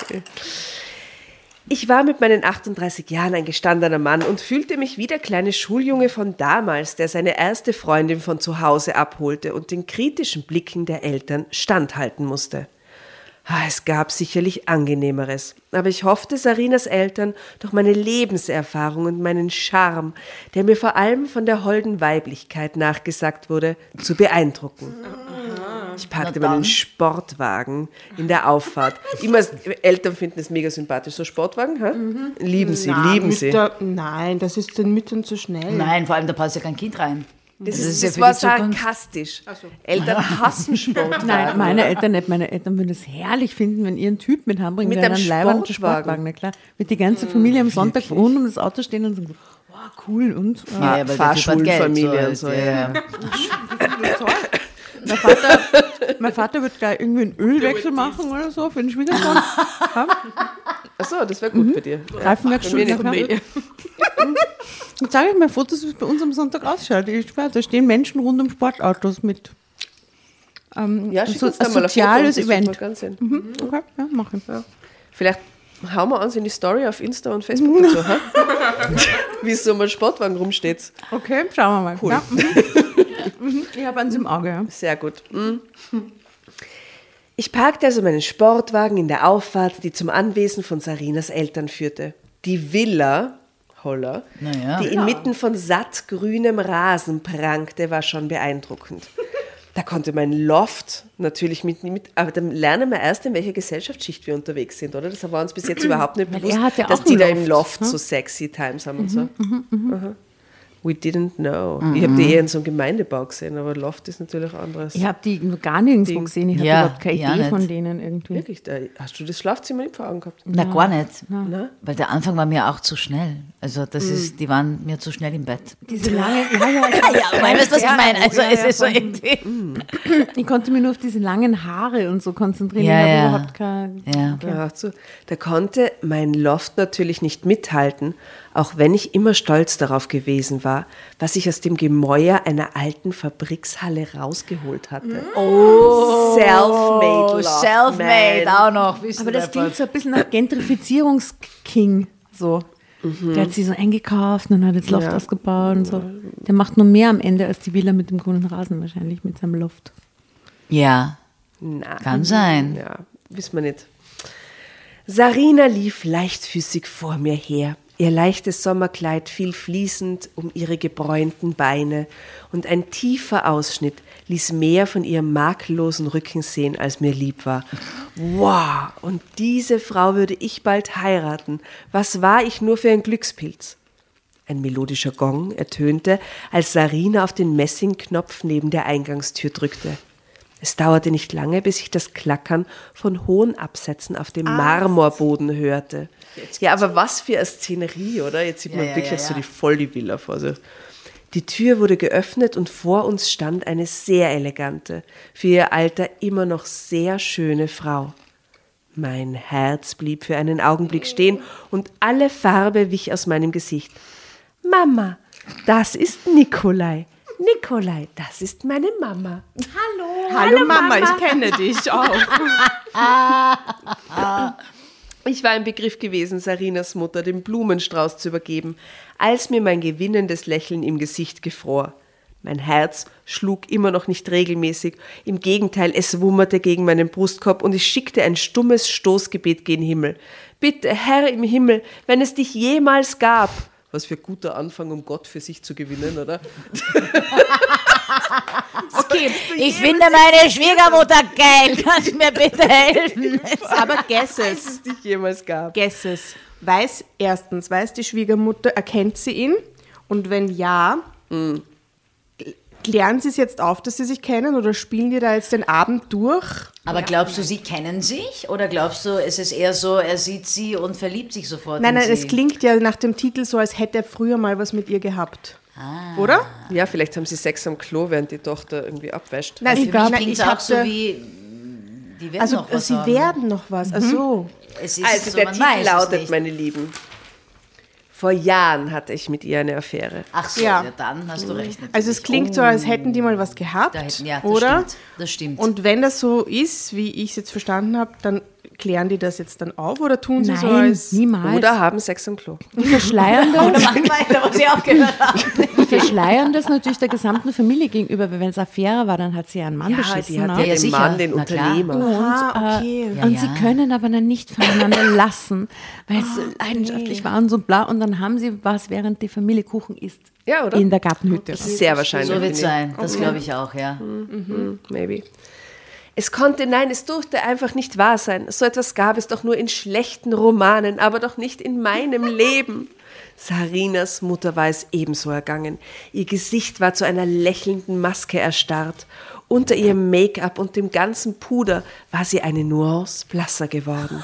Ich war mit meinen achtunddreißig Jahren ein gestandener Mann und fühlte mich wie der kleine Schuljunge von damals, der seine erste Freundin von zu Hause abholte und den kritischen Blicken der Eltern standhalten musste. Es gab sicherlich Angenehmeres, aber ich hoffte, Sarinas Eltern durch meine Lebenserfahrung und meinen Charme, der mir vor allem von der holden Weiblichkeit nachgesagt wurde, zu beeindrucken. Ich packte meinen Sportwagen in der Auffahrt. Immer Eltern finden es mega sympathisch, so Sportwagen, hä? Mhm. Lieben sie, Na, lieben Mütter, sie. Nein, das ist den Müttern zu schnell. Nein, vor allem, da passt ja kein Kind rein. Das, Das ist, ist ja das für war die Zukunft. sarkastisch. Eltern hassen Sportwagen. Nein, meine Eltern nicht. Meine Eltern würden es herrlich finden, wenn ihr einen Typ mit heimbringen, Mit der einem einen leibenden Sportwagen. Sportwagen, na klar. Mit die ganze Familie am Sonntag rund um das Auto stehen und sagen, wow, cool, und? Äh, Ja, ja, weil der Typ hat Fahrschulfamilie Geld, und so, ja, ja. ja. Mein Vater, mein Vater wird gleich irgendwie einen Ölwechsel machen oder so für den Schwiegersohn. Achso, das wäre gut bei dir. Reifenwechsel. Bei mir nicht. Jetzt zeige ich mal Fotos, wie es bei uns am Sonntag ausschaut. Ich schwör, da stehen Menschen rund um Sportautos mit ähm, Ja, schick so, uns da ein mal ein soziales Foto, das Event. wird mal ganz sehen. Mhm, okay, ja, machen. Ja. Vielleicht hauen wir uns in die Story auf Insta und Facebook dazu, hä? Wie so mal Sportwagen rumsteht. Okay, schauen wir mal. Cool. Ja, mhm. Mhm, ich habe eins im Auge. Ja. Sehr gut. Mhm. Ich parkte also meinen Sportwagen in der Auffahrt, die zum Anwesen von Sarinas Eltern führte. Die Villa, holla, Naja. die inmitten von sattgrünem Rasen prangte, war schon beeindruckend. Da konnte mein Loft natürlich mit, mit, aber dann lernen wir erst, in welcher Gesellschaftsschicht wir unterwegs sind, oder? Das war uns bis jetzt überhaupt nicht Weil bewusst, er hat ja dass auch die einen da im Loft, Loft ne? so sexy Times haben und so. Aha. We didn't know. Ich habe die eher in so einem Gemeindebau gesehen, aber Loft ist natürlich anderes. Ich habe die noch gar nirgendwo Ding. gesehen. Ich habe Ja, überhaupt keine ja Idee nicht. von denen irgendwie. Wirklich, da, hast du das Schlafzimmer nicht vor Augen gehabt? Na, gar nicht. Na? Weil der Anfang war mir auch zu schnell. Also das ist, die waren mir zu schnell im Bett. Diese lange, ja, ja, Ja, weißt du, was ich meine? Also Ja, es ja, ist so voll. irgendwie... Ich konnte mich nur auf diese langen Haare und so konzentrieren. Ja, ich habe ja. überhaupt kein, Ja. Ja, so. Da konnte mein Loft natürlich nicht mithalten, auch wenn ich immer stolz darauf gewesen war, was ich aus dem Gemäuer einer alten Fabrikshalle rausgeholt hatte. Oh, self-made Loft, Self-made man. auch noch. bist Aber du das deppert. klingt so ein bisschen nach Gentrifizierungsking. So. Der hat sie so eingekauft und hat jetzt Loft Ja. ausgebaut und so. Der macht nur mehr am Ende als die Villa mit dem grünen Rasen wahrscheinlich, mit seinem Loft. Ja, Na, kann sein. Ja, wissen wir nicht. Sarina lief leichtfüßig vor mir her. Ihr leichtes Sommerkleid fiel fließend um ihre gebräunten Beine und ein tiefer Ausschnitt ließ mehr von ihrem makellosen Rücken sehen, als mir lieb war. Wow, und diese Frau würde ich bald heiraten. Was war ich nur für ein Glückspilz? Ein melodischer Gong ertönte, als Sarina auf den Messingknopf neben der Eingangstür drückte. Es dauerte nicht lange, bis ich das Klackern von hohen Absätzen auf dem Marmorboden hörte. Ja, aber was für eine Szenerie, oder? Jetzt sieht man Ja, ja, wirklich ja, so ja. die voll die Villa vor sich. Die Tür wurde geöffnet und vor uns stand eine sehr elegante, für ihr Alter immer noch sehr schöne Frau. Mein Herz blieb für einen Augenblick stehen und alle Farbe wich aus meinem Gesicht. Mama, das ist Nikolai. Nikolai, das ist meine Mama. Hallo Mama, ich kenne dich auch. Ich war im Begriff gewesen, Sarinas Mutter den Blumenstrauß zu übergeben, als mir mein gewinnendes Lächeln im Gesicht gefror. Mein Herz schlug immer noch nicht regelmäßig, im Gegenteil, es wummerte gegen meinen Brustkorb und ich schickte ein stummes Stoßgebet gen Himmel. Bitte, Herr im Himmel, wenn es dich jemals gab. Was für ein guter Anfang, um Gott für sich zu gewinnen, oder? Okay, ich finde meine Schwiegermutter geil. Kannst du mir bitte helfen? Aber guess Wenn es. es dich jemals gab. Guess es. Weiß erstens, weiß die Schwiegermutter, erkennt sie ihn? Und wenn ja, klären sie es jetzt auf, dass sie sich kennen oder spielen die da jetzt den Abend durch? Aber glaubst du, sie kennen sich? Oder glaubst du, es ist eher so, er sieht sie und verliebt sich sofort Nein, in nein, sie? es klingt ja nach dem Titel so, als hätte er früher mal was mit ihr gehabt. Ah. Oder? Ja, vielleicht haben sie Sex am Klo, während die Tochter irgendwie abwäscht. Nein, Für ich glaube, mich klingt ich es auch habe so wie, die werden Also noch was sie haben. werden noch was. Ach so. Es ist Also so, der man Titel weiß es lautet, nicht. meine Lieben, vor Jahren hatte ich mit ihr eine Affäre. Ach so, Ja. ja. dann hast du recht. Also es natürlich. klingt so, als hätten die mal was gehabt, Da hätten- ja, das oder? stimmt, das stimmt. Und wenn das so ist, wie ich es jetzt verstanden habe, dann klären die das jetzt dann auf oder tun sie so Nein, als... niemals. Oder haben Sex am Klo. Die verschleiern Oder das, machen weiter, wo sie aufgehört haben. die verschleiern das natürlich der gesamten Familie gegenüber, weil wenn es Affäre war, dann hat sie ja einen Mann Ja, beschissen. die hat ne? ja, Ja, den sicher. Mann, den Na klar. Unternehmer. Ah, okay. Ja, und ja. sie können aber dann nicht voneinander lassen, weil es so leidenschaftlich war und so bla. Und dann haben sie was, während die Familie Kuchen isst. Ja, oder? In der Gartenhütte. Das ist sehr wahrscheinlich. So wird es finde ich. sein, das glaube ich auch, ja. Maybe. Es konnte, nein, es durfte einfach nicht wahr sein. So etwas gab es doch nur in schlechten Romanen, aber doch nicht in meinem Leben. Sarinas Mutter war es ebenso ergangen. Ihr Gesicht war zu einer lächelnden Maske erstarrt. Unter ihrem Make-up und dem ganzen Puder war sie eine Nuance blasser geworden.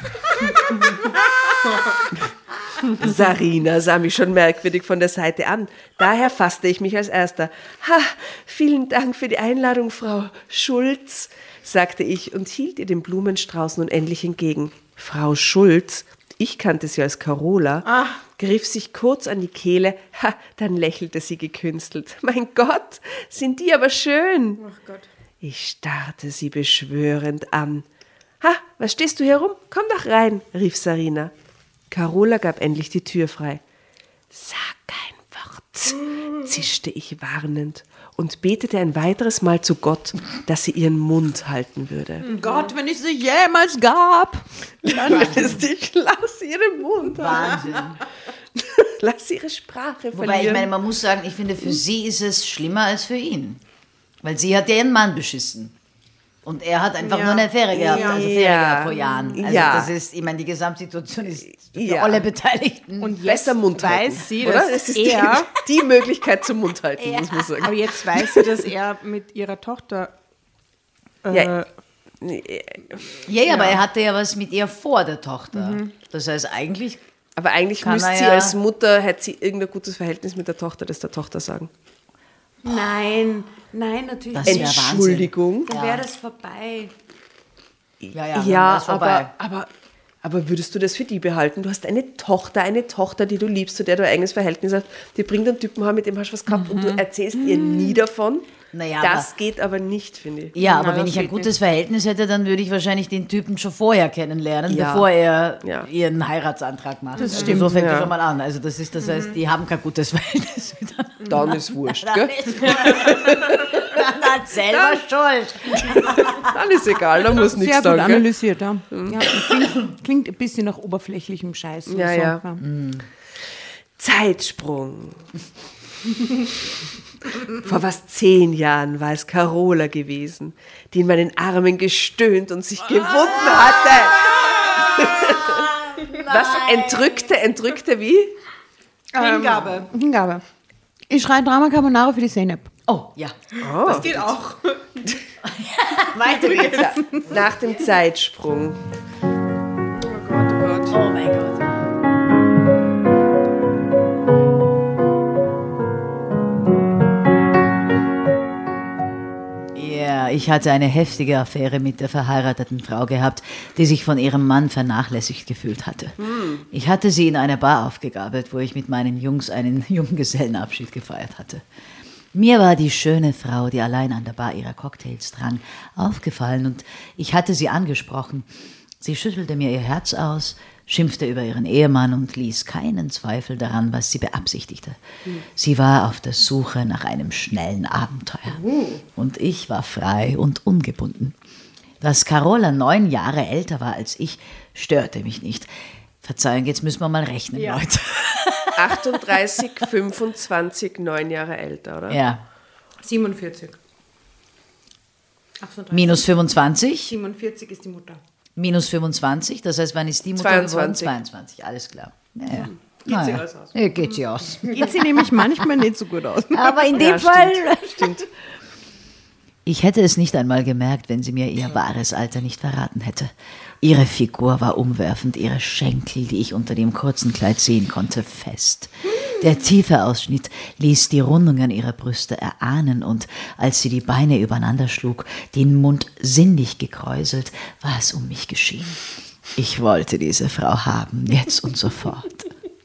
Sarina sah mich schon merkwürdig von der Seite an. Daher fasste ich mich als Erster. Ha, vielen Dank für die Einladung, Frau Schulz, sagte ich und hielt ihr den Blumenstrauß nun endlich entgegen. Frau Schulz, ich kannte sie als Carola, griff sich kurz an die Kehle, ha, dann lächelte sie gekünstelt. Mein Gott, sind die aber schön. Ach Gott. Ich starrte sie beschwörend an. Ha, was stehst du hier rum? Komm doch rein, rief Sarina. Carola gab endlich die Tür frei. Sag kein Wort, zischte ich warnend und betete ein weiteres Mal zu Gott, dass sie ihren Mund halten würde. Gott, wenn ich sie jemals gab. Wenn es dich, lass ihren Mund halten. Wahnsinn. Lass ihre Sprache Wobei, verlieren. ich meine, man muss sagen, ich finde, für sie ist es schlimmer als für ihn. Weil sie hat ja ihren Mann beschissen. Und er hat einfach Ja. nur eine Affäre gehabt, Ja. also Affäre Ja. gehabt vor Jahren. Also Ja. das ist, ich meine, die Gesamtsituation ist für Ja. alle Beteiligten. Und Besser jetzt Mund halten, weiß sie, oder? dass Es ist er... die, die Möglichkeit zum Mund halten, muss man sagen. Aber jetzt weiß sie, dass er mit ihrer Tochter... Äh, Ja. ja, ja, aber er hatte ja was mit ihr vor der Tochter. Das heißt, eigentlich, Aber eigentlich Kann müsste er sie ja- als Mutter, hätte sie irgendein gutes Verhältnis mit der Tochter, das der Tochter sagen. Nein, nein, natürlich Das nicht. wär Wahnsinn. Entschuldigung. Dann wäre das vorbei. ja, ja, Ja, dann ist vorbei. aber, aber, aber würdest du das für die behalten? Du hast eine Tochter, eine Tochter, die du liebst, zu der du ein eigenes Verhältnis hast, die bringt einen Typen heim, mit dem hast du was gehabt und du erzählst ihr nie davon. Naja, das aber- geht aber nicht, finde ich. Ja, aber Ja, wenn das ich ein geht gutes Verhältnis hätte, dann würde ich wahrscheinlich den Typen schon vorher kennenlernen, Ja. bevor er Ja. ihren Heiratsantrag macht. Das stimmt, So fängt ja. er schon mal an. Also das ist, das heißt, die haben kein gutes Verhältnis miteinander. Dann ist wurscht, Dann gell? ist dann hat selber Schuld. Dann ist egal, da muss nichts Sehr gut sagen. Gell? analysiert, ja. ja klingt, klingt ein bisschen nach oberflächlichem Scheiß. und Ja, so. ja. Zeitsprung. Vor was zehn Jahren war es Carola gewesen, die in meinen Armen gestöhnt und sich gewunden hatte. Was? Entrückte, entrückte wie? Hingabe. Hingabe. Ich schreie Drama Carbonara für die Zeynep. Oh, ja. Das geht auch. Weiter geht's. Nach dem Zeitsprung. Oh Gott, oh Gott. Oh mein Gott. Ja, ich hatte eine heftige Affäre mit der verheirateten Frau gehabt, die sich von ihrem Mann vernachlässigt gefühlt hatte. Hm. Ich hatte sie in einer Bar aufgegabelt, wo ich mit meinen Jungs einen Junggesellenabschied gefeiert hatte. Mir war die schöne Frau, die allein an der Bar ihrer Cocktails trank, aufgefallen und ich hatte sie angesprochen. Sie schüttelte mir ihr Herz aus, schimpfte über ihren Ehemann und ließ keinen Zweifel daran, was sie beabsichtigte. Mhm. Sie war auf der Suche nach einem schnellen Abenteuer. Mhm. Und ich war frei und ungebunden. Dass Carola neun Jahre älter war als ich, störte mich nicht. Verzeihung, jetzt müssen wir mal rechnen, ja. Leute. achtunddreißig, fünfundzwanzig, neun Jahre älter, oder? Ja. siebenundvierzig. achtunddreißig. Minus fünfundzwanzig. siebenundvierzig ist die Mutter. Minus fünfundzwanzig, das heißt, wann ist die Mutter zweiundzwanzig. geworden? zweiundzwanzig, alles klar. Ja, ja. Geht naja. sie alles aus. Ja, geht sie aus. Geht sie nämlich manchmal nicht so gut aus. Aber in dem ja, Fall... Stimmt. stimmt. Ich hätte es nicht einmal gemerkt, wenn sie mir ihr wahres Alter nicht verraten hätte. Ihre Figur war umwerfend, ihre Schenkel, die ich unter dem kurzen Kleid sehen konnte, fest. Der tiefe Ausschnitt ließ die Rundungen ihrer Brüste erahnen und als sie die Beine übereinander schlug, den Mund sinnlich gekräuselt, war es um mich geschehen. Ich wollte diese Frau haben, jetzt und sofort.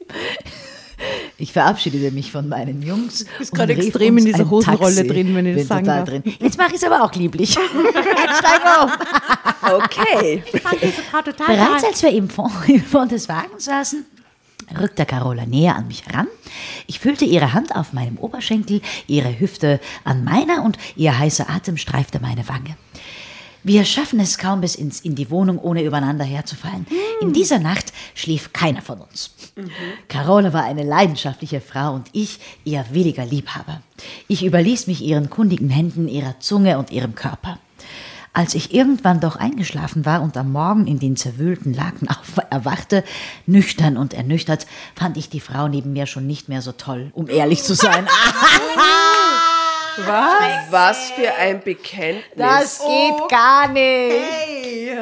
Ich verabschiedete mich von meinen Jungs. Du bist gerade extrem in dieser Hosenrolle drin, wenn ich das sagen darf. Drin. Jetzt mache ich es aber auch lieblich. Jetzt steig auf. Okay. Ich fand diese Frau total Bereits als wir im Fond, im Fond des Wagens saßen, rückte Carola näher an mich heran. Ich fühlte ihre Hand auf meinem Oberschenkel, ihre Hüfte an meiner und ihr heißer Atem streifte meine Wange. Wir schaffen es kaum bis ins, in die Wohnung, ohne übereinander herzufallen. Mm. In dieser Nacht schlief keiner von uns. Mhm. Carola war eine leidenschaftliche Frau und ich ihr williger Liebhaber. Ich überließ mich ihren kundigen Händen, ihrer Zunge und ihrem Körper. Als ich irgendwann doch eingeschlafen war und am Morgen in den zerwühlten Laken auf, erwachte, nüchtern und ernüchtert, fand ich die Frau neben mir schon nicht mehr so toll, um ehrlich zu sein. Was? Was für ein Bekenntnis. Das geht oh. gar nicht. Hey.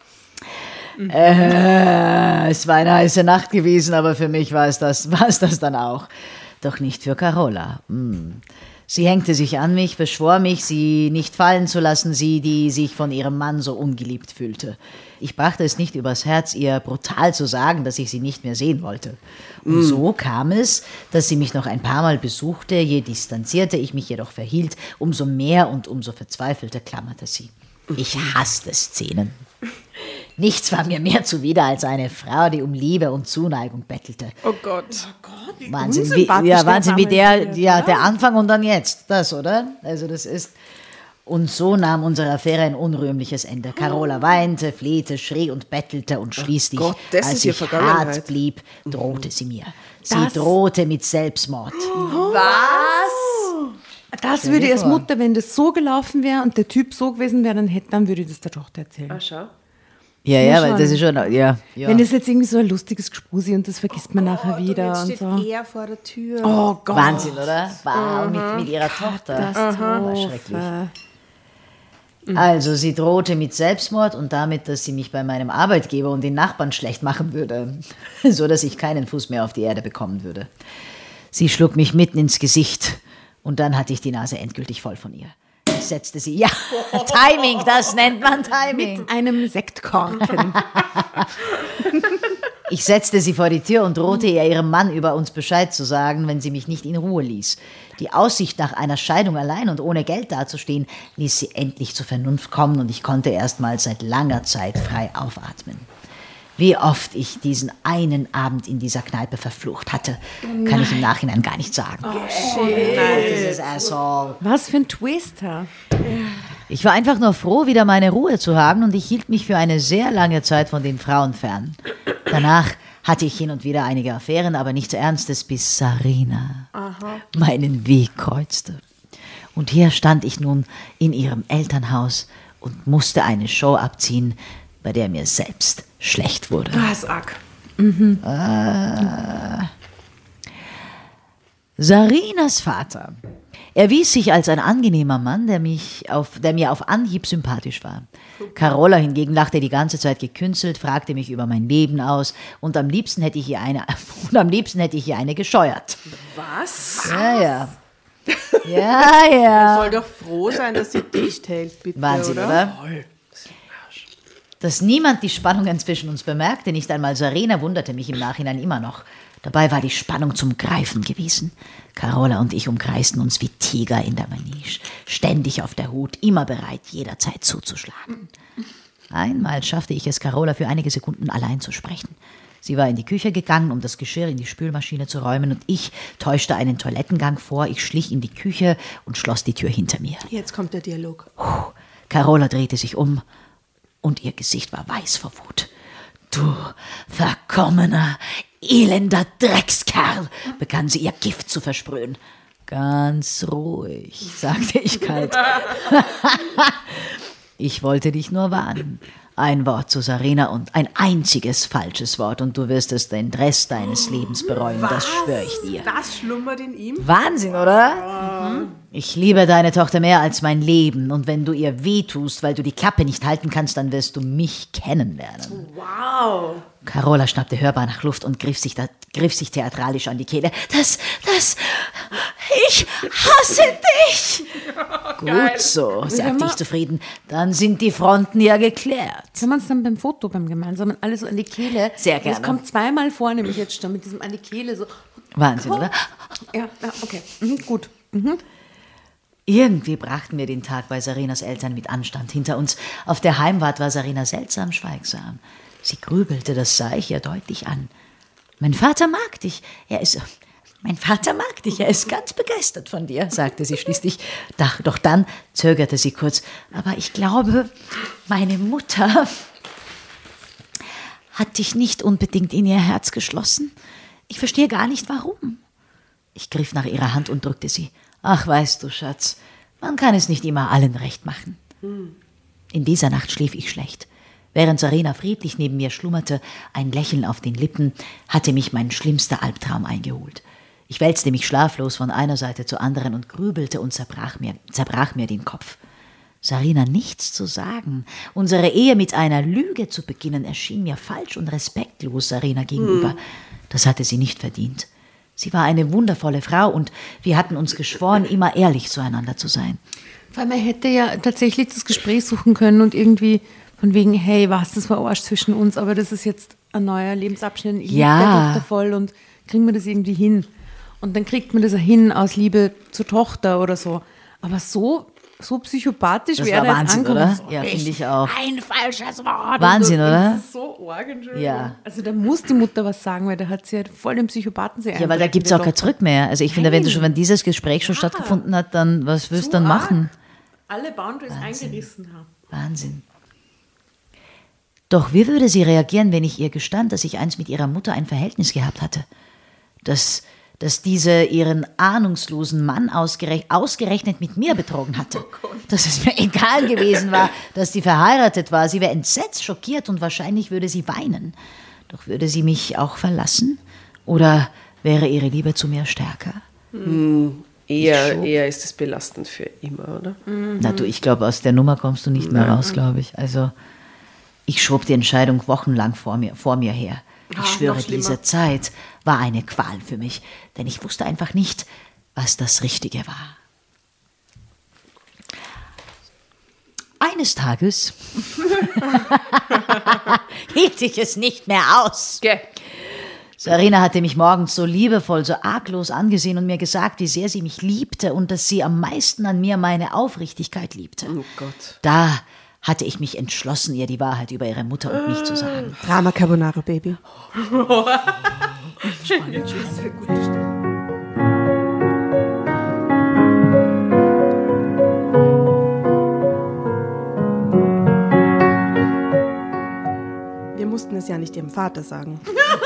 Äh, es war eine heiße Nacht gewesen, aber für mich war es das, war es das dann auch. Doch nicht für Carola. Hm. Sie hängte sich an mich, beschwor mich, sie nicht fallen zu lassen, sie, die sich von ihrem Mann so ungeliebt fühlte. Ich brachte es nicht übers Herz, ihr brutal zu sagen, dass ich sie nicht mehr sehen wollte. Und mm. so kam es, dass sie mich noch ein paar Mal besuchte, je distanzierter ich mich jedoch verhielt, umso mehr und umso verzweifelter klammerte sie. Ich hasste Szenen. Nichts war mir mehr zuwider als eine Frau, die um Liebe und Zuneigung bettelte. Oh Gott. Oh Gott, wie Wahnsinn, wie, ja, Wahnsinn, wie der, ja, der Anfang und dann jetzt. Das, oder? Also das ist... Und so nahm unsere Affäre ein unrühmliches Ende. Carola weinte, flehte, schrie und bettelte und schließlich, oh Gott, als ich hart blieb, drohte sie mir. Sie das? drohte mit Selbstmord. Was? Das würde ich als Mutter, wenn das so gelaufen wäre und der Typ so gewesen wäre, dann, hätte, dann würde ich das der Tochter erzählen. Ach, schau. Ja, ja, weil das ist schon, ja, ja. Wenn das jetzt irgendwie so ein lustiges Gespusi und das vergisst oh man Gott, nachher wieder. Und und jetzt so. steht er vor der Tür. Oh Gott. Wahnsinn, oder? Wow, mit, mit ihrer Tochter. Das war schrecklich. Also, sie drohte mit Selbstmord und damit, dass sie mich bei meinem Arbeitgeber und den Nachbarn schlecht machen würde, so dass ich keinen Fuß mehr auf die Erde bekommen würde. Sie schlug mich mitten ins Gesicht und dann hatte ich die Nase endgültig voll von ihr. Ich setzte sie, ja, Timing, das nennt man Timing. Mit einem Sektkorken. Ich setzte sie vor die Tür und drohte ihr ihrem Mann über uns Bescheid zu sagen, wenn sie mich nicht in Ruhe ließ. Die Aussicht nach einer Scheidung allein und ohne Geld dazustehen, ließ sie endlich zur Vernunft kommen und ich konnte erstmals seit langer Zeit frei aufatmen. Wie oft ich diesen einen Abend in dieser Kneipe verflucht hatte, kann Nein. ich im Nachhinein gar nicht sagen. Oh, shit. Dieses Asshole. Was für ein Twister. Ich war einfach nur froh, wieder meine Ruhe zu haben und ich hielt mich für eine sehr lange Zeit von den Frauen fern. Danach hatte ich hin und wieder einige Affären, aber nichts Ernstes, bis Sarina Aha. meinen Weg kreuzte. Und hier stand ich nun in ihrem Elternhaus und musste eine Show abziehen, bei der mir selbst schlecht wurde. Das ist arg. Mhm. Äh, Sarinas Vater erwies sich als ein angenehmer Mann, der, mich auf, der mir auf Anhieb sympathisch war. Carola hingegen lachte die ganze Zeit gekünstelt, fragte mich über mein Leben aus und am liebsten hätte ich ihr eine, und am liebsten hätte ich ihr eine gescheuert. Was? Ja, ja. Ja, ja. Soll doch froh sein, dass sie dicht hält, bitte, Wahnsinn, oder? oder? Dass niemand die Spannungen zwischen uns bemerkte, nicht einmal Sarina, wunderte mich im Nachhinein immer noch. Dabei war die Spannung zum Greifen gewesen. Carola und ich umkreisten uns wie Tiger in der Manege, ständig auf der Hut, immer bereit, jederzeit zuzuschlagen. Einmal schaffte ich es, Carola für einige Sekunden allein zu sprechen. Sie war in die Küche gegangen, um das Geschirr in die Spülmaschine zu räumen, und ich täuschte einen Toilettengang vor. Ich schlich in die Küche und schloss die Tür hinter mir. Jetzt kommt der Dialog. Puh, Carola drehte sich um und ihr Gesicht war weiß vor Wut. Du verkommener, elender Dreckskerl, begann sie ihr Gift zu versprühen. Ganz ruhig, sagte ich kalt. Ich wollte dich nur warnen. Ein Wort zu Sarina und ein einziges falsches Wort und du wirst es den Rest deines Lebens bereuen, Was? das schwöre ich dir. Das schlummert in ihm? Wahnsinn, oder? Mhm. Ich liebe deine Tochter mehr als mein Leben und wenn du ihr wehtust, weil du die Klappe nicht halten kannst, dann wirst du mich kennenlernen. Wow. Carola schnappte hörbar nach Luft und griff sich, da, griff sich theatralisch an die Kehle. Das, das, ich hasse dich! Gut so, sagte ich zufrieden. Dann sind die Fronten ja geklärt. Können wir uns dann beim Foto, beim gemeinsamen, alles so an die Kehle? Sehr gerne. Das kommt zweimal vor, nämlich jetzt schon mit diesem an die Kehle so. Wahnsinn, oder? Ja, ja okay, mhm, gut. Mhm. Irgendwie brachten wir den Tag bei Sarinas Eltern mit Anstand hinter uns. Auf der Heimfahrt war Sarina seltsam schweigsam. Sie grübelte, das sah ich ihr deutlich an. Mein Vater mag dich. Er ist... Mein Vater mag dich, er ist ganz begeistert von dir, sagte sie schließlich. Doch, doch dann zögerte sie kurz. Aber ich glaube, meine Mutter hat dich nicht unbedingt in ihr Herz geschlossen. Ich verstehe gar nicht, warum. Ich griff nach ihrer Hand und drückte sie. Ach, weißt du, Schatz, man kann es nicht immer allen recht machen. In dieser Nacht schlief ich schlecht. Während Sarina friedlich neben mir schlummerte, ein Lächeln auf den Lippen, hatte mich mein schlimmster Albtraum eingeholt. Ich wälzte mich schlaflos von einer Seite zur anderen und grübelte und zerbrach mir, zerbrach mir den Kopf. Sarina nichts zu sagen, unsere Ehe mit einer Lüge zu beginnen, erschien mir falsch und respektlos Sarina gegenüber. Hm. Das hatte sie nicht verdient. Sie war eine wundervolle Frau und wir hatten uns geschworen, immer ehrlich zueinander zu sein. Vor allem, er hätte ja tatsächlich das Gespräch suchen können und irgendwie von wegen, hey, was, das war Arsch zwischen uns, aber das ist jetzt ein neuer Lebensabschnitt, ich ja. liebe der Tochter voll und kriegen wir das irgendwie hin. Und dann kriegt man das auch hin aus Liebe zur Tochter oder so. Aber so, so psychopathisch das wäre war das Wahnsinn, ankommen. oder? So, Ja, echt, finde ich auch. Ein falsches Wort. Wahnsinn, und, oder? Das ist so arg, Entschuldigung. Ja. Also da muss die Mutter was sagen, weil da hat sie ja voll den Psychopathen sie Ja, weil da gibt es auch kein Zurück mehr. Also ich finde, wenn, du schon, wenn dieses Gespräch schon ja. stattgefunden hat, dann was willst du dann machen? Alle Boundaries Wahnsinn. eingerissen haben. Wahnsinn. Doch wie würde sie reagieren, wenn ich ihr gestand, dass ich einst mit ihrer Mutter ein Verhältnis gehabt hatte? Dass, dass diese ihren ahnungslosen Mann ausgerech- ausgerechnet mit mir betrogen hatte. Oh dass es mir egal gewesen war, dass die verheiratet war. Sie wäre entsetzt, schockiert und wahrscheinlich würde sie weinen. Doch würde sie mich auch verlassen? Oder wäre ihre Liebe zu mir stärker? Hm, eher, eher ist es belastend für immer, oder? Mhm. Na du, ich glaube, aus der Nummer kommst du nicht mehr raus, glaube ich. Also ich schob die Entscheidung wochenlang vor mir, vor mir her. Ich Ah, schwöre, noch schlimmer. diese Zeit war eine Qual für mich, denn ich wusste einfach nicht, was das Richtige war. Eines Tages hielt ich es nicht mehr aus. Gell. Sarina hatte mich morgens so liebevoll, so arglos angesehen und mir gesagt, wie sehr sie mich liebte und dass sie am meisten an mir meine Aufrichtigkeit liebte. Oh Gott. Da hatte ich mich entschlossen, ihr die Wahrheit über ihre Mutter und mich zu sagen. Drama Carbonara, Baby. Spannend, tschüss für gute Stimme. Wir mussten es ja nicht ihrem Vater sagen.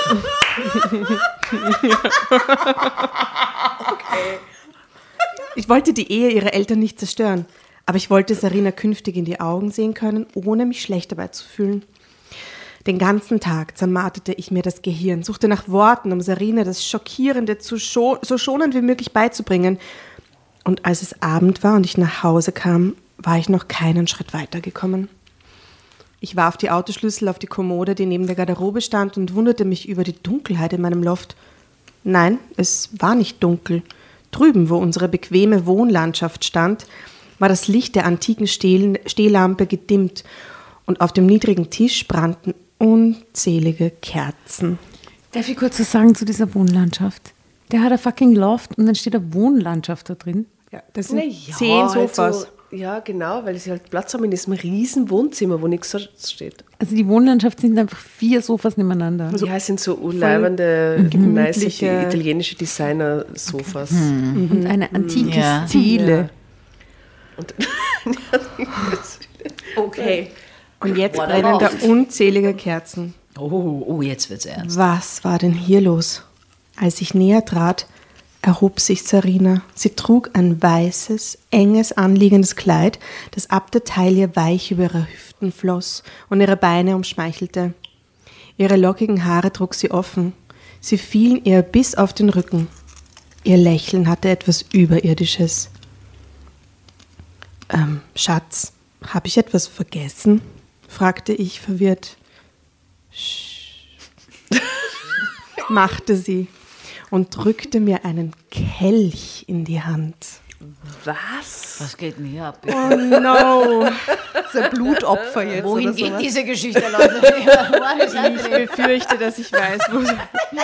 Okay. Ich wollte die Ehe ihrer Eltern nicht zerstören, aber ich wollte Sarina künftig in die Augen sehen können, ohne mich schlecht dabei zu fühlen. Den ganzen Tag zermarterte ich mir das Gehirn, suchte nach Worten, um Sarina das Schockierende zu scho- so schonend wie möglich beizubringen. Und als es Abend war und ich nach Hause kam, war ich noch keinen Schritt weitergekommen. Ich warf die Autoschlüssel auf die Kommode, die neben der Garderobe stand, und wunderte mich über die Dunkelheit in meinem Loft. Nein, es war nicht dunkel. Drüben, wo unsere bequeme Wohnlandschaft stand, war das Licht der antiken Stehl- Stehlampe gedimmt und auf dem niedrigen Tisch brannten unzählige Kerzen. Darf ich kurz was sagen zu dieser Wohnlandschaft? Der hat ein fucking Loft und dann steht eine Wohnlandschaft da drin. Ja, das sind Na ja, zehn Sofas. Also, ja, genau, weil sie halt Platz haben in diesem riesen Wohnzimmer, wo nichts steht. Also die Wohnlandschaft sind einfach vier Sofas nebeneinander. Ja, es sind so urleibende, nice gemütliche- italienische Designer-Sofas. Und eine antike Ja. Stile. Und Okay. Und jetzt What brennen about? da unzählige Kerzen. Oh, oh, jetzt wird's ernst. Was war denn hier los? Als ich näher trat, erhob sich Sarina. Sie trug ein weißes, enges, anliegendes Kleid, das ab der Taille weich über ihre Hüften floss und ihre Beine umschmeichelte. Ihre lockigen Haare trug sie offen. Sie fielen ihr bis auf den Rücken. Ihr Lächeln hatte etwas Überirdisches. Ähm, Schatz, habe ich etwas vergessen? Fragte ich verwirrt. Machte sie und drückte mir einen Kelch in die Hand. was? Was geht denn hier ab? Oh no! Das ist ein Blutopfer jetzt. Wohin oder geht sowas. diese Geschichte, Leute? What is Ich happening? befürchte, dass ich weiß, wo sie...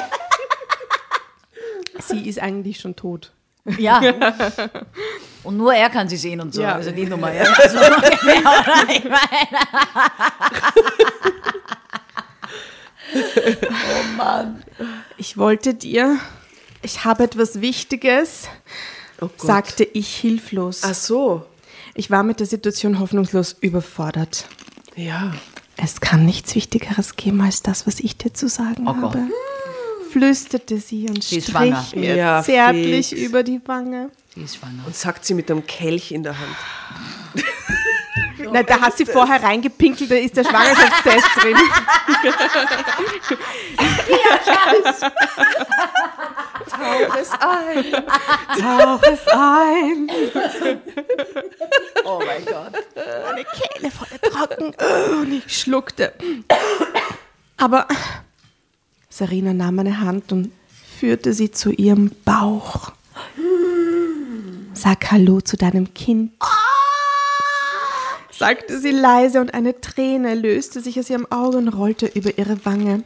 Sie ist eigentlich schon tot. Ja. Und nur er kann sie sehen und so. Ja. Also die Nummer. Ja. Also, ungefähr, oder? Ich meine. Oh Mann. Ich wollte dir... Ich habe etwas Wichtiges, Oh Gott. sagte ich hilflos. Ach so. Ich war mit der Situation hoffnungslos überfordert. Ja. Es kann nichts Wichtigeres geben als das, was ich dir zu sagen Oh Gott. habe. Flüsterte sie und Sie ist strich schwanger. mir Ja, zärtlich fix. über die Wange. Sie ist schwanger. Und sagt sie mit einem Kelch in der Hand. Na, da hat sie vorher reingepinkelt, da ist der Schwangerschaftstest drin. Tauch es ein. Tauch es ein. Oh mein Gott. Meine Kehle voll trocken. Und ich schluckte. Aber Sarina nahm meine Hand und führte sie zu ihrem Bauch. Sag Hallo zu deinem Kind, sagte sie leise, und eine Träne löste sich aus ihrem Auge und rollte über ihre Wange.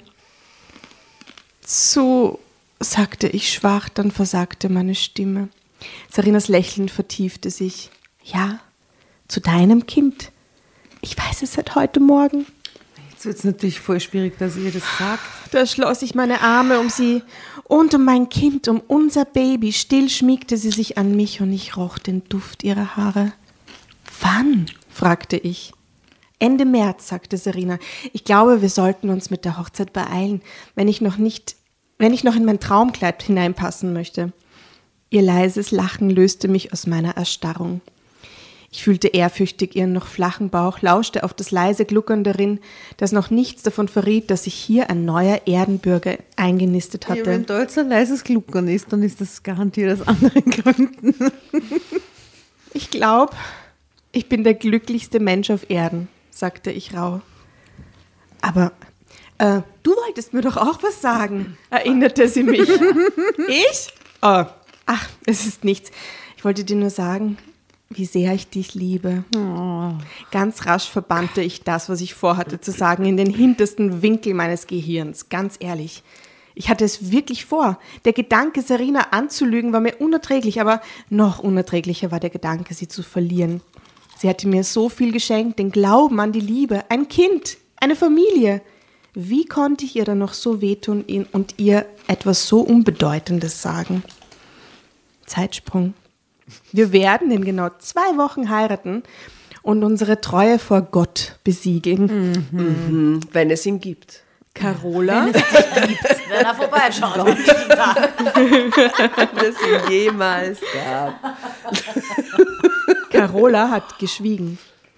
So, sagte ich schwach, dann versagte meine Stimme. Sarinas Lächeln vertiefte sich. Ja, zu deinem Kind. Ich weiß es seit heute Morgen. Jetzt wird es natürlich voll schwierig, dass ihr das sagt. Da schloss ich meine Arme um sie und um mein Kind, um unser Baby. Still schmiegte sie sich an mich und ich roch den Duft ihrer Haare. Wann? Fragte ich. Ende März, sagte Sarina. Ich glaube, wir sollten uns mit der Hochzeit beeilen, wenn ich noch nicht, wenn ich noch in mein Traumkleid hineinpassen möchte. Ihr leises Lachen löste mich aus meiner Erstarrung. Ich fühlte ehrfürchtig ihren noch flachen Bauch, lauschte auf das leise Gluckern darin, das noch nichts davon verriet, dass sich hier ein neuer Erdenbürger eingenistet Ja, hatte. wenn da jetzt ein leises Gluckern ist, dann ist das garantiert aus anderen Gründen. Ich glaube, ich bin der glücklichste Mensch auf Erden, sagte ich rauh. Aber äh, du wolltest mir doch auch was sagen, erinnerte sie mich. Ich? Oh. Ach, es ist nichts. Ich wollte dir nur sagen, wie sehr ich dich liebe. Oh. Ganz rasch verbannte ich das, was ich vorhatte zu sagen, in den hintersten Winkel meines Gehirns. Ganz ehrlich. Ich hatte es wirklich vor. Der Gedanke, Sarina anzulügen, war mir unerträglich, aber noch unerträglicher war der Gedanke, sie zu verlieren. Sie hatte mir so viel geschenkt, den Glauben an die Liebe, ein Kind, eine Familie. Wie konnte ich ihr dann noch so wehtun und ihr etwas so Unbedeutendes sagen? Zeitsprung. Wir werden in genau zwei Wochen heiraten und unsere Treue vor Gott besiegeln. Mhm, wenn es ihn gibt. Carola, Wenn er vorbeischaut. an diesem Tag. Wenn es ihn jemals gab. Carola hat geschwiegen.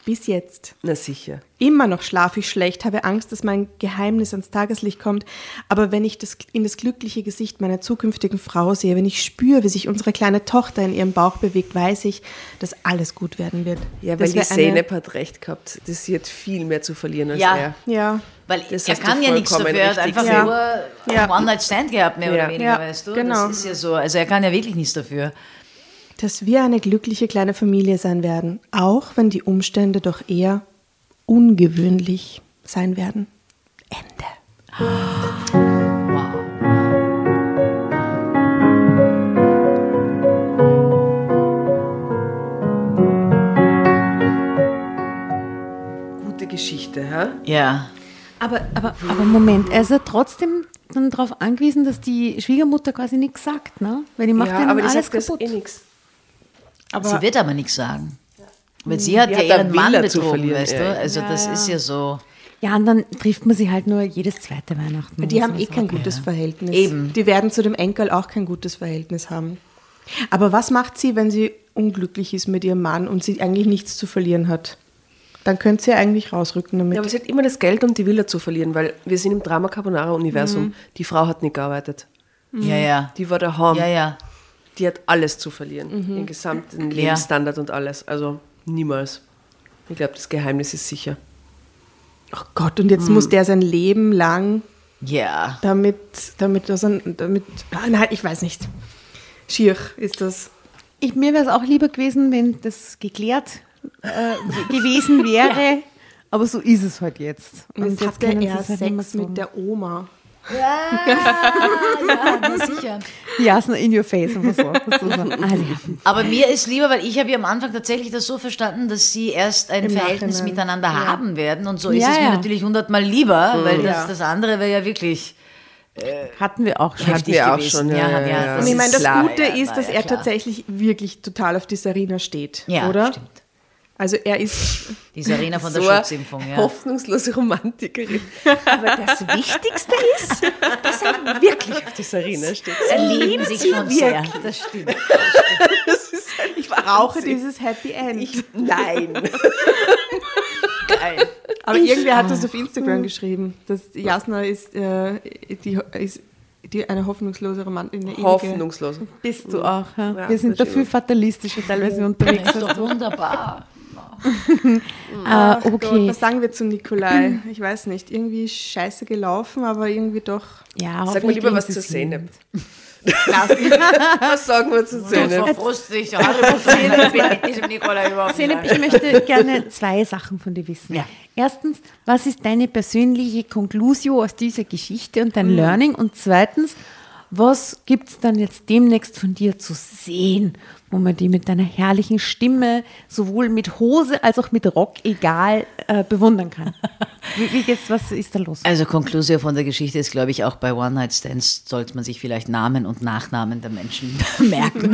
Bis jetzt. Na sicher. Immer noch schlafe ich schlecht, habe Angst, dass mein Geheimnis ans Tageslicht kommt. Aber wenn ich das, in das glückliche Gesicht meiner zukünftigen Frau sehe, wenn ich spüre, wie sich unsere kleine Tochter in ihrem Bauch bewegt, weiß ich, dass alles gut werden wird. Ja, weil Das die wär eine- Zeynep hat recht gehabt. Das sie hat viel mehr zu verlieren als Ja. er. Ja, Weil Das er hast du kann ja nichts vollkommen dafür, er hat richtig einfach gesehen. nur Ja. einen One-Night-Stand gehabt, mehr Ja. oder weniger, Ja, weißt du? genau. Das ist ja so. Also er kann ja wirklich nichts dafür. dass wir eine glückliche kleine Familie sein werden, auch wenn die Umstände doch eher ungewöhnlich sein werden. Ende. Gute Geschichte, hä? Ja. Aber, aber, aber Moment, er ist ja trotzdem dann darauf angewiesen, dass die Schwiegermutter quasi nichts sagt, ne? Weil die macht ja, aber die alles sagt das kaputt. eh nichts. Aber Sie wird aber nichts sagen. Weil sie hat Die ja hat da ihren Mann Wille zu betrogen, verlieren, weißt ja, du? ja. Also das ist ja so. Ja, und dann trifft man sie halt nur jedes zweite Weihnachten. die oder haben eh so. kein gutes Verhältnis. Eben. Die werden zu dem Enkel auch kein gutes Verhältnis haben. Aber was macht sie, wenn sie unglücklich ist mit ihrem Mann und sie eigentlich nichts zu verlieren hat? Dann könnte sie ja eigentlich rausrücken damit. Ja, aber sie hat immer das Geld, um die Villa zu verlieren, weil wir sind im Drama Carbonara-Universum. Mhm. Die Frau hat nicht gearbeitet. Ja, ja. Die war daheim. Ja, ja. Die hat alles zu verlieren. Mhm. Den gesamten Lebensstandard und alles. Also niemals. Ich glaube, das Geheimnis ist sicher. Oh Gott, und jetzt muss der sein Leben lang Ja. damit, damit, damit, damit ah, nein, ich weiß nicht. Schier ist das. Ich, mir wäre es auch lieber gewesen, wenn das geklärt äh, gewesen wäre. Aber so ist es halt jetzt. Und jetzt jetzt hatte können sie er es halt nicht mehr Sex sagen. mit der Oma. Ja, na sicher. Jasna in your face und so. Das ist so. Also, ja. Aber mir ist lieber, weil ich habe ja am Anfang tatsächlich das so verstanden, dass sie erst ein Im Verhältnis Nachhinein. miteinander Ja. haben werden. Und so ist Ja, es mir ja. natürlich hundertmal lieber, weil das, Ja. das andere wäre ja wirklich Hatten wir auch schon. heftig wir auch gewesen. schon, ja, ja, ja, ja, ja. Und das ich meine, ist das klar. Gute Ja, ist, na dass ja, er klar. tatsächlich wirklich total auf die Sarina steht, Ja, oder? stimmt. Also er ist, Die Sarina von der So eine Schutzimpfung, ja. hoffnungslose Romantikerin. Aber das Wichtigste ist, dass er wirklich auf die Sarina steht. Sie lieben sich schon sehr. Das stimmt. ich brauche dieses Happy End. Ich, nein. Geil. Aber irgendwer hat das auf Instagram geschrieben, dass Jasna ist, äh, die, ist die, eine hoffnungslose Romantin. Eine ewige- Hoffnungslos. Bist du auch. Ja? Ja, wir sind da das viel stimmt. fatalistischer teilweise unterwegs. Das ist doch wunderbar. Ah, Ach Gott, okay. was sagen wir zu Nikolai? Ich weiß nicht, irgendwie scheiße gelaufen, aber irgendwie doch. Ja, Sag mal lieber was kriegen zu sie Zeynep. hin. Was sagen wir zu So Zeynep? frustig. Hallo, ich bin mit diesem Nikolai überhaupt nicht. Zeynep, ich möchte gerne zwei Sachen von dir wissen. Ja. Erstens, was ist deine persönliche Conclusio aus dieser Geschichte und dein Learning? Und zweitens, was gibt es dann jetzt demnächst von dir zu sehen, wo man die mit deiner herrlichen Stimme sowohl mit Hose als auch mit Rock, egal, äh, bewundern kann? Wie, wie geht's, was ist da los? Also Konklusion von der Geschichte ist, glaube ich, auch bei One-Night-Stands sollte man sich vielleicht Namen und Nachnamen der Menschen merken.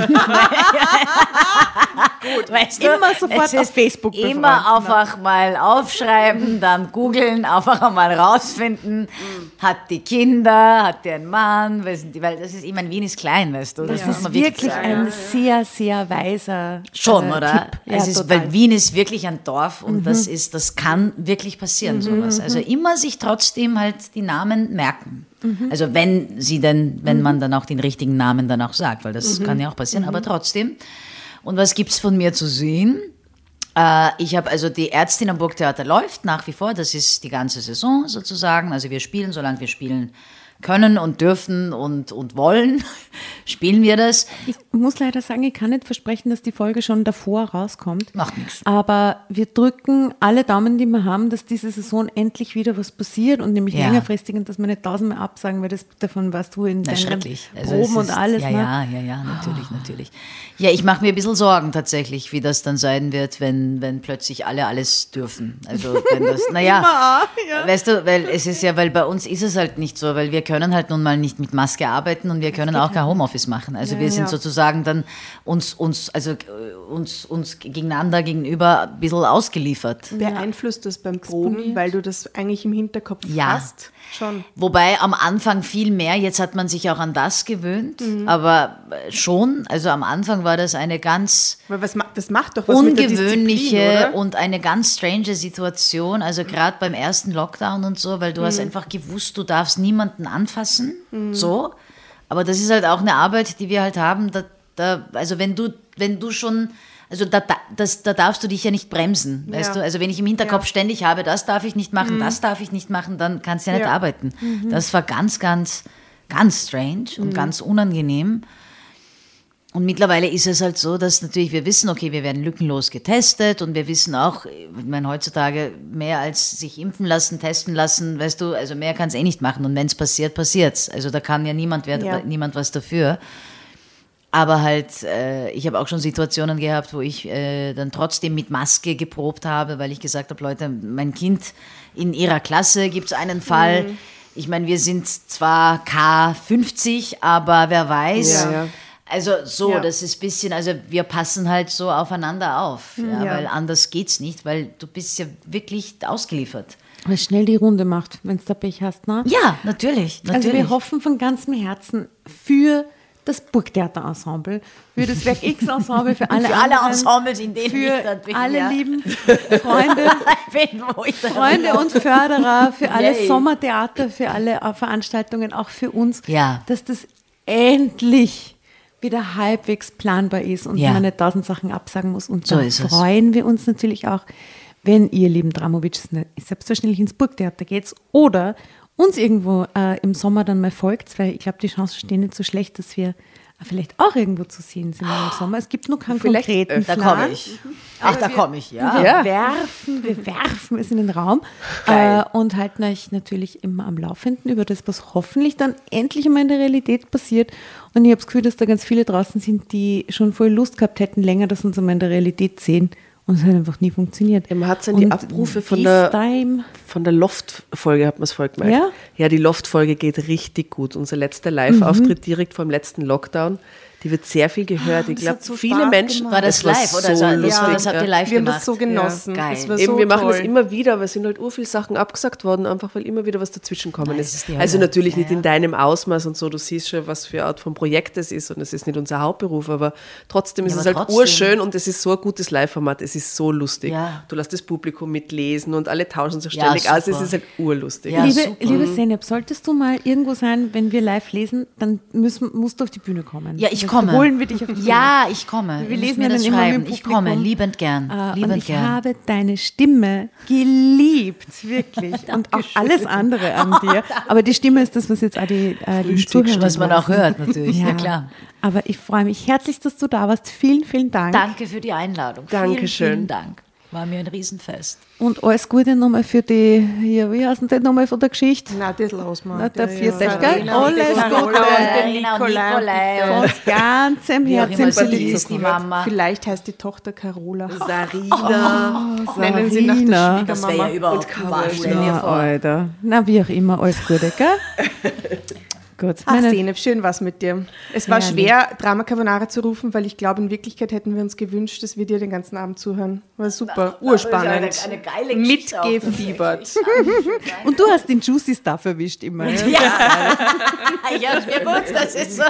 Gut, weißt du, Immer sofort es ist auf Facebook befragen. Immer einfach mal aufschreiben, dann googeln, einfach mal rausfinden, hat die Kinder, hat der einen Mann, weil das ist, ich meine, Wien ist klein, weißt du, das, Das muss ist man wirklich wirklich sagen. ein sehr, sehr weiser Schon, äh, oder? Tipp. Ja, es ist, total. weil Wien ist wirklich ein Dorf und das ist, das kann wirklich passieren, sowas. Also immer sich trotzdem halt die Namen merken. Also wenn sie denn, wenn man dann auch den richtigen Namen dann auch sagt, weil das kann ja auch passieren, aber trotzdem. Und was gibt's von mir zu sehen? Äh, ich habe also die Ärztin am Burgtheater läuft nach wie vor, das ist die ganze Saison sozusagen. Also wir spielen, solange wir spielen können und dürfen und, und wollen, spielen wir das. Ich muss leider sagen, ich kann nicht versprechen, dass die Folge schon davor rauskommt. Macht nichts. Aber wir drücken alle Daumen, die wir haben, dass diese Saison endlich wieder was passiert und nämlich Ja. längerfristig und dass wir nicht tausendmal absagen, weil das davon warst du in Na, deinen schrecklich. Also Proben es und ist, alles. Ja, ne? ja, ja, ja, natürlich, natürlich. Ja, ich mache mir ein bisschen Sorgen tatsächlich, wie das dann sein wird, wenn, wenn plötzlich alle alles dürfen. Also wenn das, naja, weißt du, weil es ist ja, weil bei uns ist es halt nicht so, weil wir können halt nun mal nicht mit Maske arbeiten und wir können auch kein Homeoffice machen. Also Ja, wir sind ja. sozusagen dann uns, uns, also äh, uns, uns gegeneinander gegenüber ein bisschen ausgeliefert. Beeinflusst das beim Proben, weil du das eigentlich im Hinterkopf Ja. hast? Schon. Wobei am Anfang viel mehr, jetzt hat man sich auch an das gewöhnt, aber äh, schon, also am Anfang war das eine ganz Weil was, ma- das macht doch was mit der Disziplin, ungewöhnliche oder? und eine ganz strange Situation, also gerade beim ersten Lockdown und so, weil du hast einfach gewusst, du darfst niemanden anfassen, so, aber das ist halt auch eine Arbeit, die wir halt haben, da, da, also wenn du, wenn du schon, also da, da, das, da darfst du dich ja nicht bremsen, weißt Ja. du, also wenn ich im Hinterkopf Ja. ständig habe, das darf ich nicht machen, das darf ich nicht machen, dann kannst du ja nicht Ja. arbeiten. Das war ganz, ganz, ganz strange und ganz unangenehm. Und mittlerweile ist es halt so, dass natürlich wir wissen, okay, wir werden lückenlos getestet und wir wissen auch, ich meine, heutzutage mehr als sich impfen lassen, testen lassen, weißt du, also mehr kann es eh nicht machen. Und wenn es passiert, passiert's. Also da kann ja niemand, wer, Ja. niemand was dafür. Aber halt, äh, ich habe auch schon Situationen gehabt, wo ich äh, dann trotzdem mit Maske geprobt habe, weil ich gesagt habe, Leute, mein Kind in ihrer Klasse gibt es einen Fall. Mhm. Ich meine, wir sind zwar K fünfzig, aber wer weiß. Ja, ja. Also so, Ja. das ist ein bisschen, also wir passen halt so aufeinander auf, ja, Ja. weil anders geht's nicht, weil du bist ja wirklich ausgeliefert. Weil es schnell die Runde macht, wenn es da Pech hast. Ne? Ja, natürlich, natürlich. Also wir hoffen von ganzem Herzen für das Burgtheater-Ensemble, für das Werk X-Ensemble, für alle für alle anderen, Ensembles, in denen ich für dann bin, alle ja. lieben Freunde, Wen, wo ich dann Freunde und Förderer, für alle Yay. Sommertheater, für alle äh, Veranstaltungen, auch für uns, Ja. dass das endlich wieder halbwegs planbar ist und Ja. man nicht tausend Sachen absagen muss. Und So da ist es. freuen wir uns natürlich auch, wenn ihr, lieben Dramovics, ne, selbstverständlich ins Burgtheater geht oder uns irgendwo äh, im Sommer dann mal folgt, weil ich glaube, die Chancen stehen nicht so schlecht, dass wir vielleicht auch irgendwo zu sehen sind im Sommer. Es gibt nur keinen Vielleicht konkreten Da Plan. komme ich. Ach, da komme ich, ja. Wir Ja. werfen, wir werfen es in den Raum äh, Geil. und halten euch natürlich immer am Laufenden über das, was hoffentlich dann endlich einmal in der Realität passiert. Und ich habe das Gefühl, dass da ganz viele draußen sind, die schon voll Lust gehabt hätten, länger das uns einmal in der Realität sehen. Und es hat einfach nie funktioniert. Ja, man hat dann die Und Abrufe von this der- time, Von der Loft-Folge hat man es voll gemerkt. Ja? Ja, die Loft-Folge geht richtig gut. Unser letzter Mhm. Live-Auftritt direkt vor dem letzten Lockdown. Die wird sehr viel gehört. Ich das glaube, hat so viele Spaß Menschen. gemacht. War das Es war live, oder? So Also, das, lustig, war, das habt ihr ja. live Wir haben gemacht. das so genossen. Ja, Es geil. war Eben, so wir machen das toll. immer wieder, aber es sind halt ur viele Sachen abgesagt worden, einfach weil immer wieder was dazwischen Nein, ist. es ist die Also Hölle. natürlich Ja, nicht ja. in deinem Ausmaß und so, du siehst schon, was für eine Art von Projekt es ist und es ist nicht unser Hauptberuf, aber trotzdem ist Ja, es aber halt trotzdem. urschön und es ist so ein gutes Live-Format, es ist so lustig. Ja. Du lässt das Publikum mitlesen und alle tauschen sich Ja, ständig aus, es super. ist halt urlustig. Ja, liebe, super. liebe Seneb, solltest du mal irgendwo sein, wenn wir live lesen, dann müssen, musst du auf die Bühne kommen. Ja, ich Dann komme. holen wir dich auf die Bühne. Ja, ich komme. Wir Ihr müsst lesen mir ja das dann immer mit schreiben. dem Ich komme, Publikum. liebend gern. Äh, liebend und ich gern. habe deine Stimme geliebt, wirklich. Und auch alles andere an dir. Aber die Stimme ist das, was jetzt auch die, äh, die Zuhörer was man auch hört, natürlich. Ja, klar. Aber ich freue mich herzlich, dass du da warst. Vielen, vielen Dank. Danke für die Einladung. Dankeschön. Vielen, vielen Dank. War mir ein Riesenfest. Und alles Gute nochmal für die, hier, wie heißt denn das nochmal von der Geschichte? Na, das los mal. Na, der vierte, gell? Sarina, Alles die Gute. Carola und der Genau, Nikolai. Nikolai. Von ganzem Wie auch Herzen immer sie für dich. ist, die Mama. Vielleicht heißt die Tochter Carola. Sarina. Nennen sie nach der Sarina. Das wäre ja überhaupt Carol. Stell dir Ja, vor. Alter. Na, wie auch immer, alles Gute, gell? Gut. Ach, Meine- Seneb, schön was mit dir. Es war Herrlich. schwer, Drama Carbonara zu rufen, weil ich glaube, in Wirklichkeit hätten wir uns gewünscht, dass wir dir den ganzen Abend zuhören. War super, urspannend. Das ist eine- eine geile Geschichte auch. Mitgefiebert. Und du hast den Juicy Stuff erwischt immer. Ja. Ja, ich hab's mir gewusst, das ist so.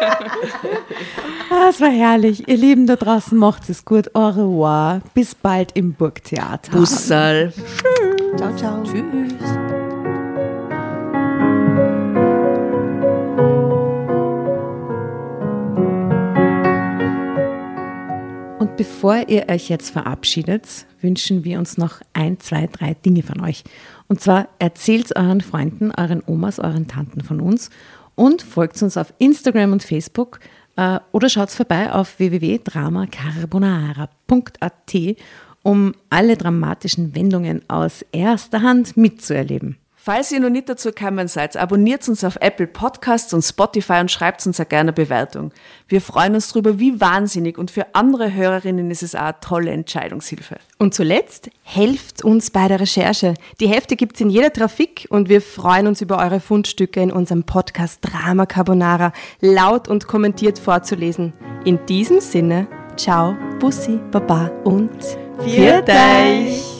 Ah, es war herrlich. Ihr Lieben da draußen, macht's es gut. Au revoir. Bis bald im Burgtheater. Bussal. Ciao, ciao. Tschüss. Und bevor ihr euch jetzt verabschiedet, wünschen wir uns noch ein, zwei, drei Dinge von euch. Und zwar erzählt euren Freunden, euren Omas, euren Tanten von uns und folgt uns auf Instagram und Facebook äh, oder schaut vorbei auf w w w punkt drama carbonara punkt a t, um alle dramatischen Wendungen aus erster Hand mitzuerleben. Falls ihr noch nicht dazu gekommen seid, abonniert uns auf Apple Podcasts und Spotify und schreibt uns auch gerne eine Bewertung. Wir freuen uns darüber wie wahnsinnig und für andere Hörerinnen ist es auch eine tolle Entscheidungshilfe. Und zuletzt, helft uns bei der Recherche. Die Hefte gibt es in jeder Trafik und wir freuen uns über eure Fundstücke in unserem Podcast Drama Carbonara laut und kommentiert vorzulesen. In diesem Sinne, ciao, Bussi, Baba und Viert euch!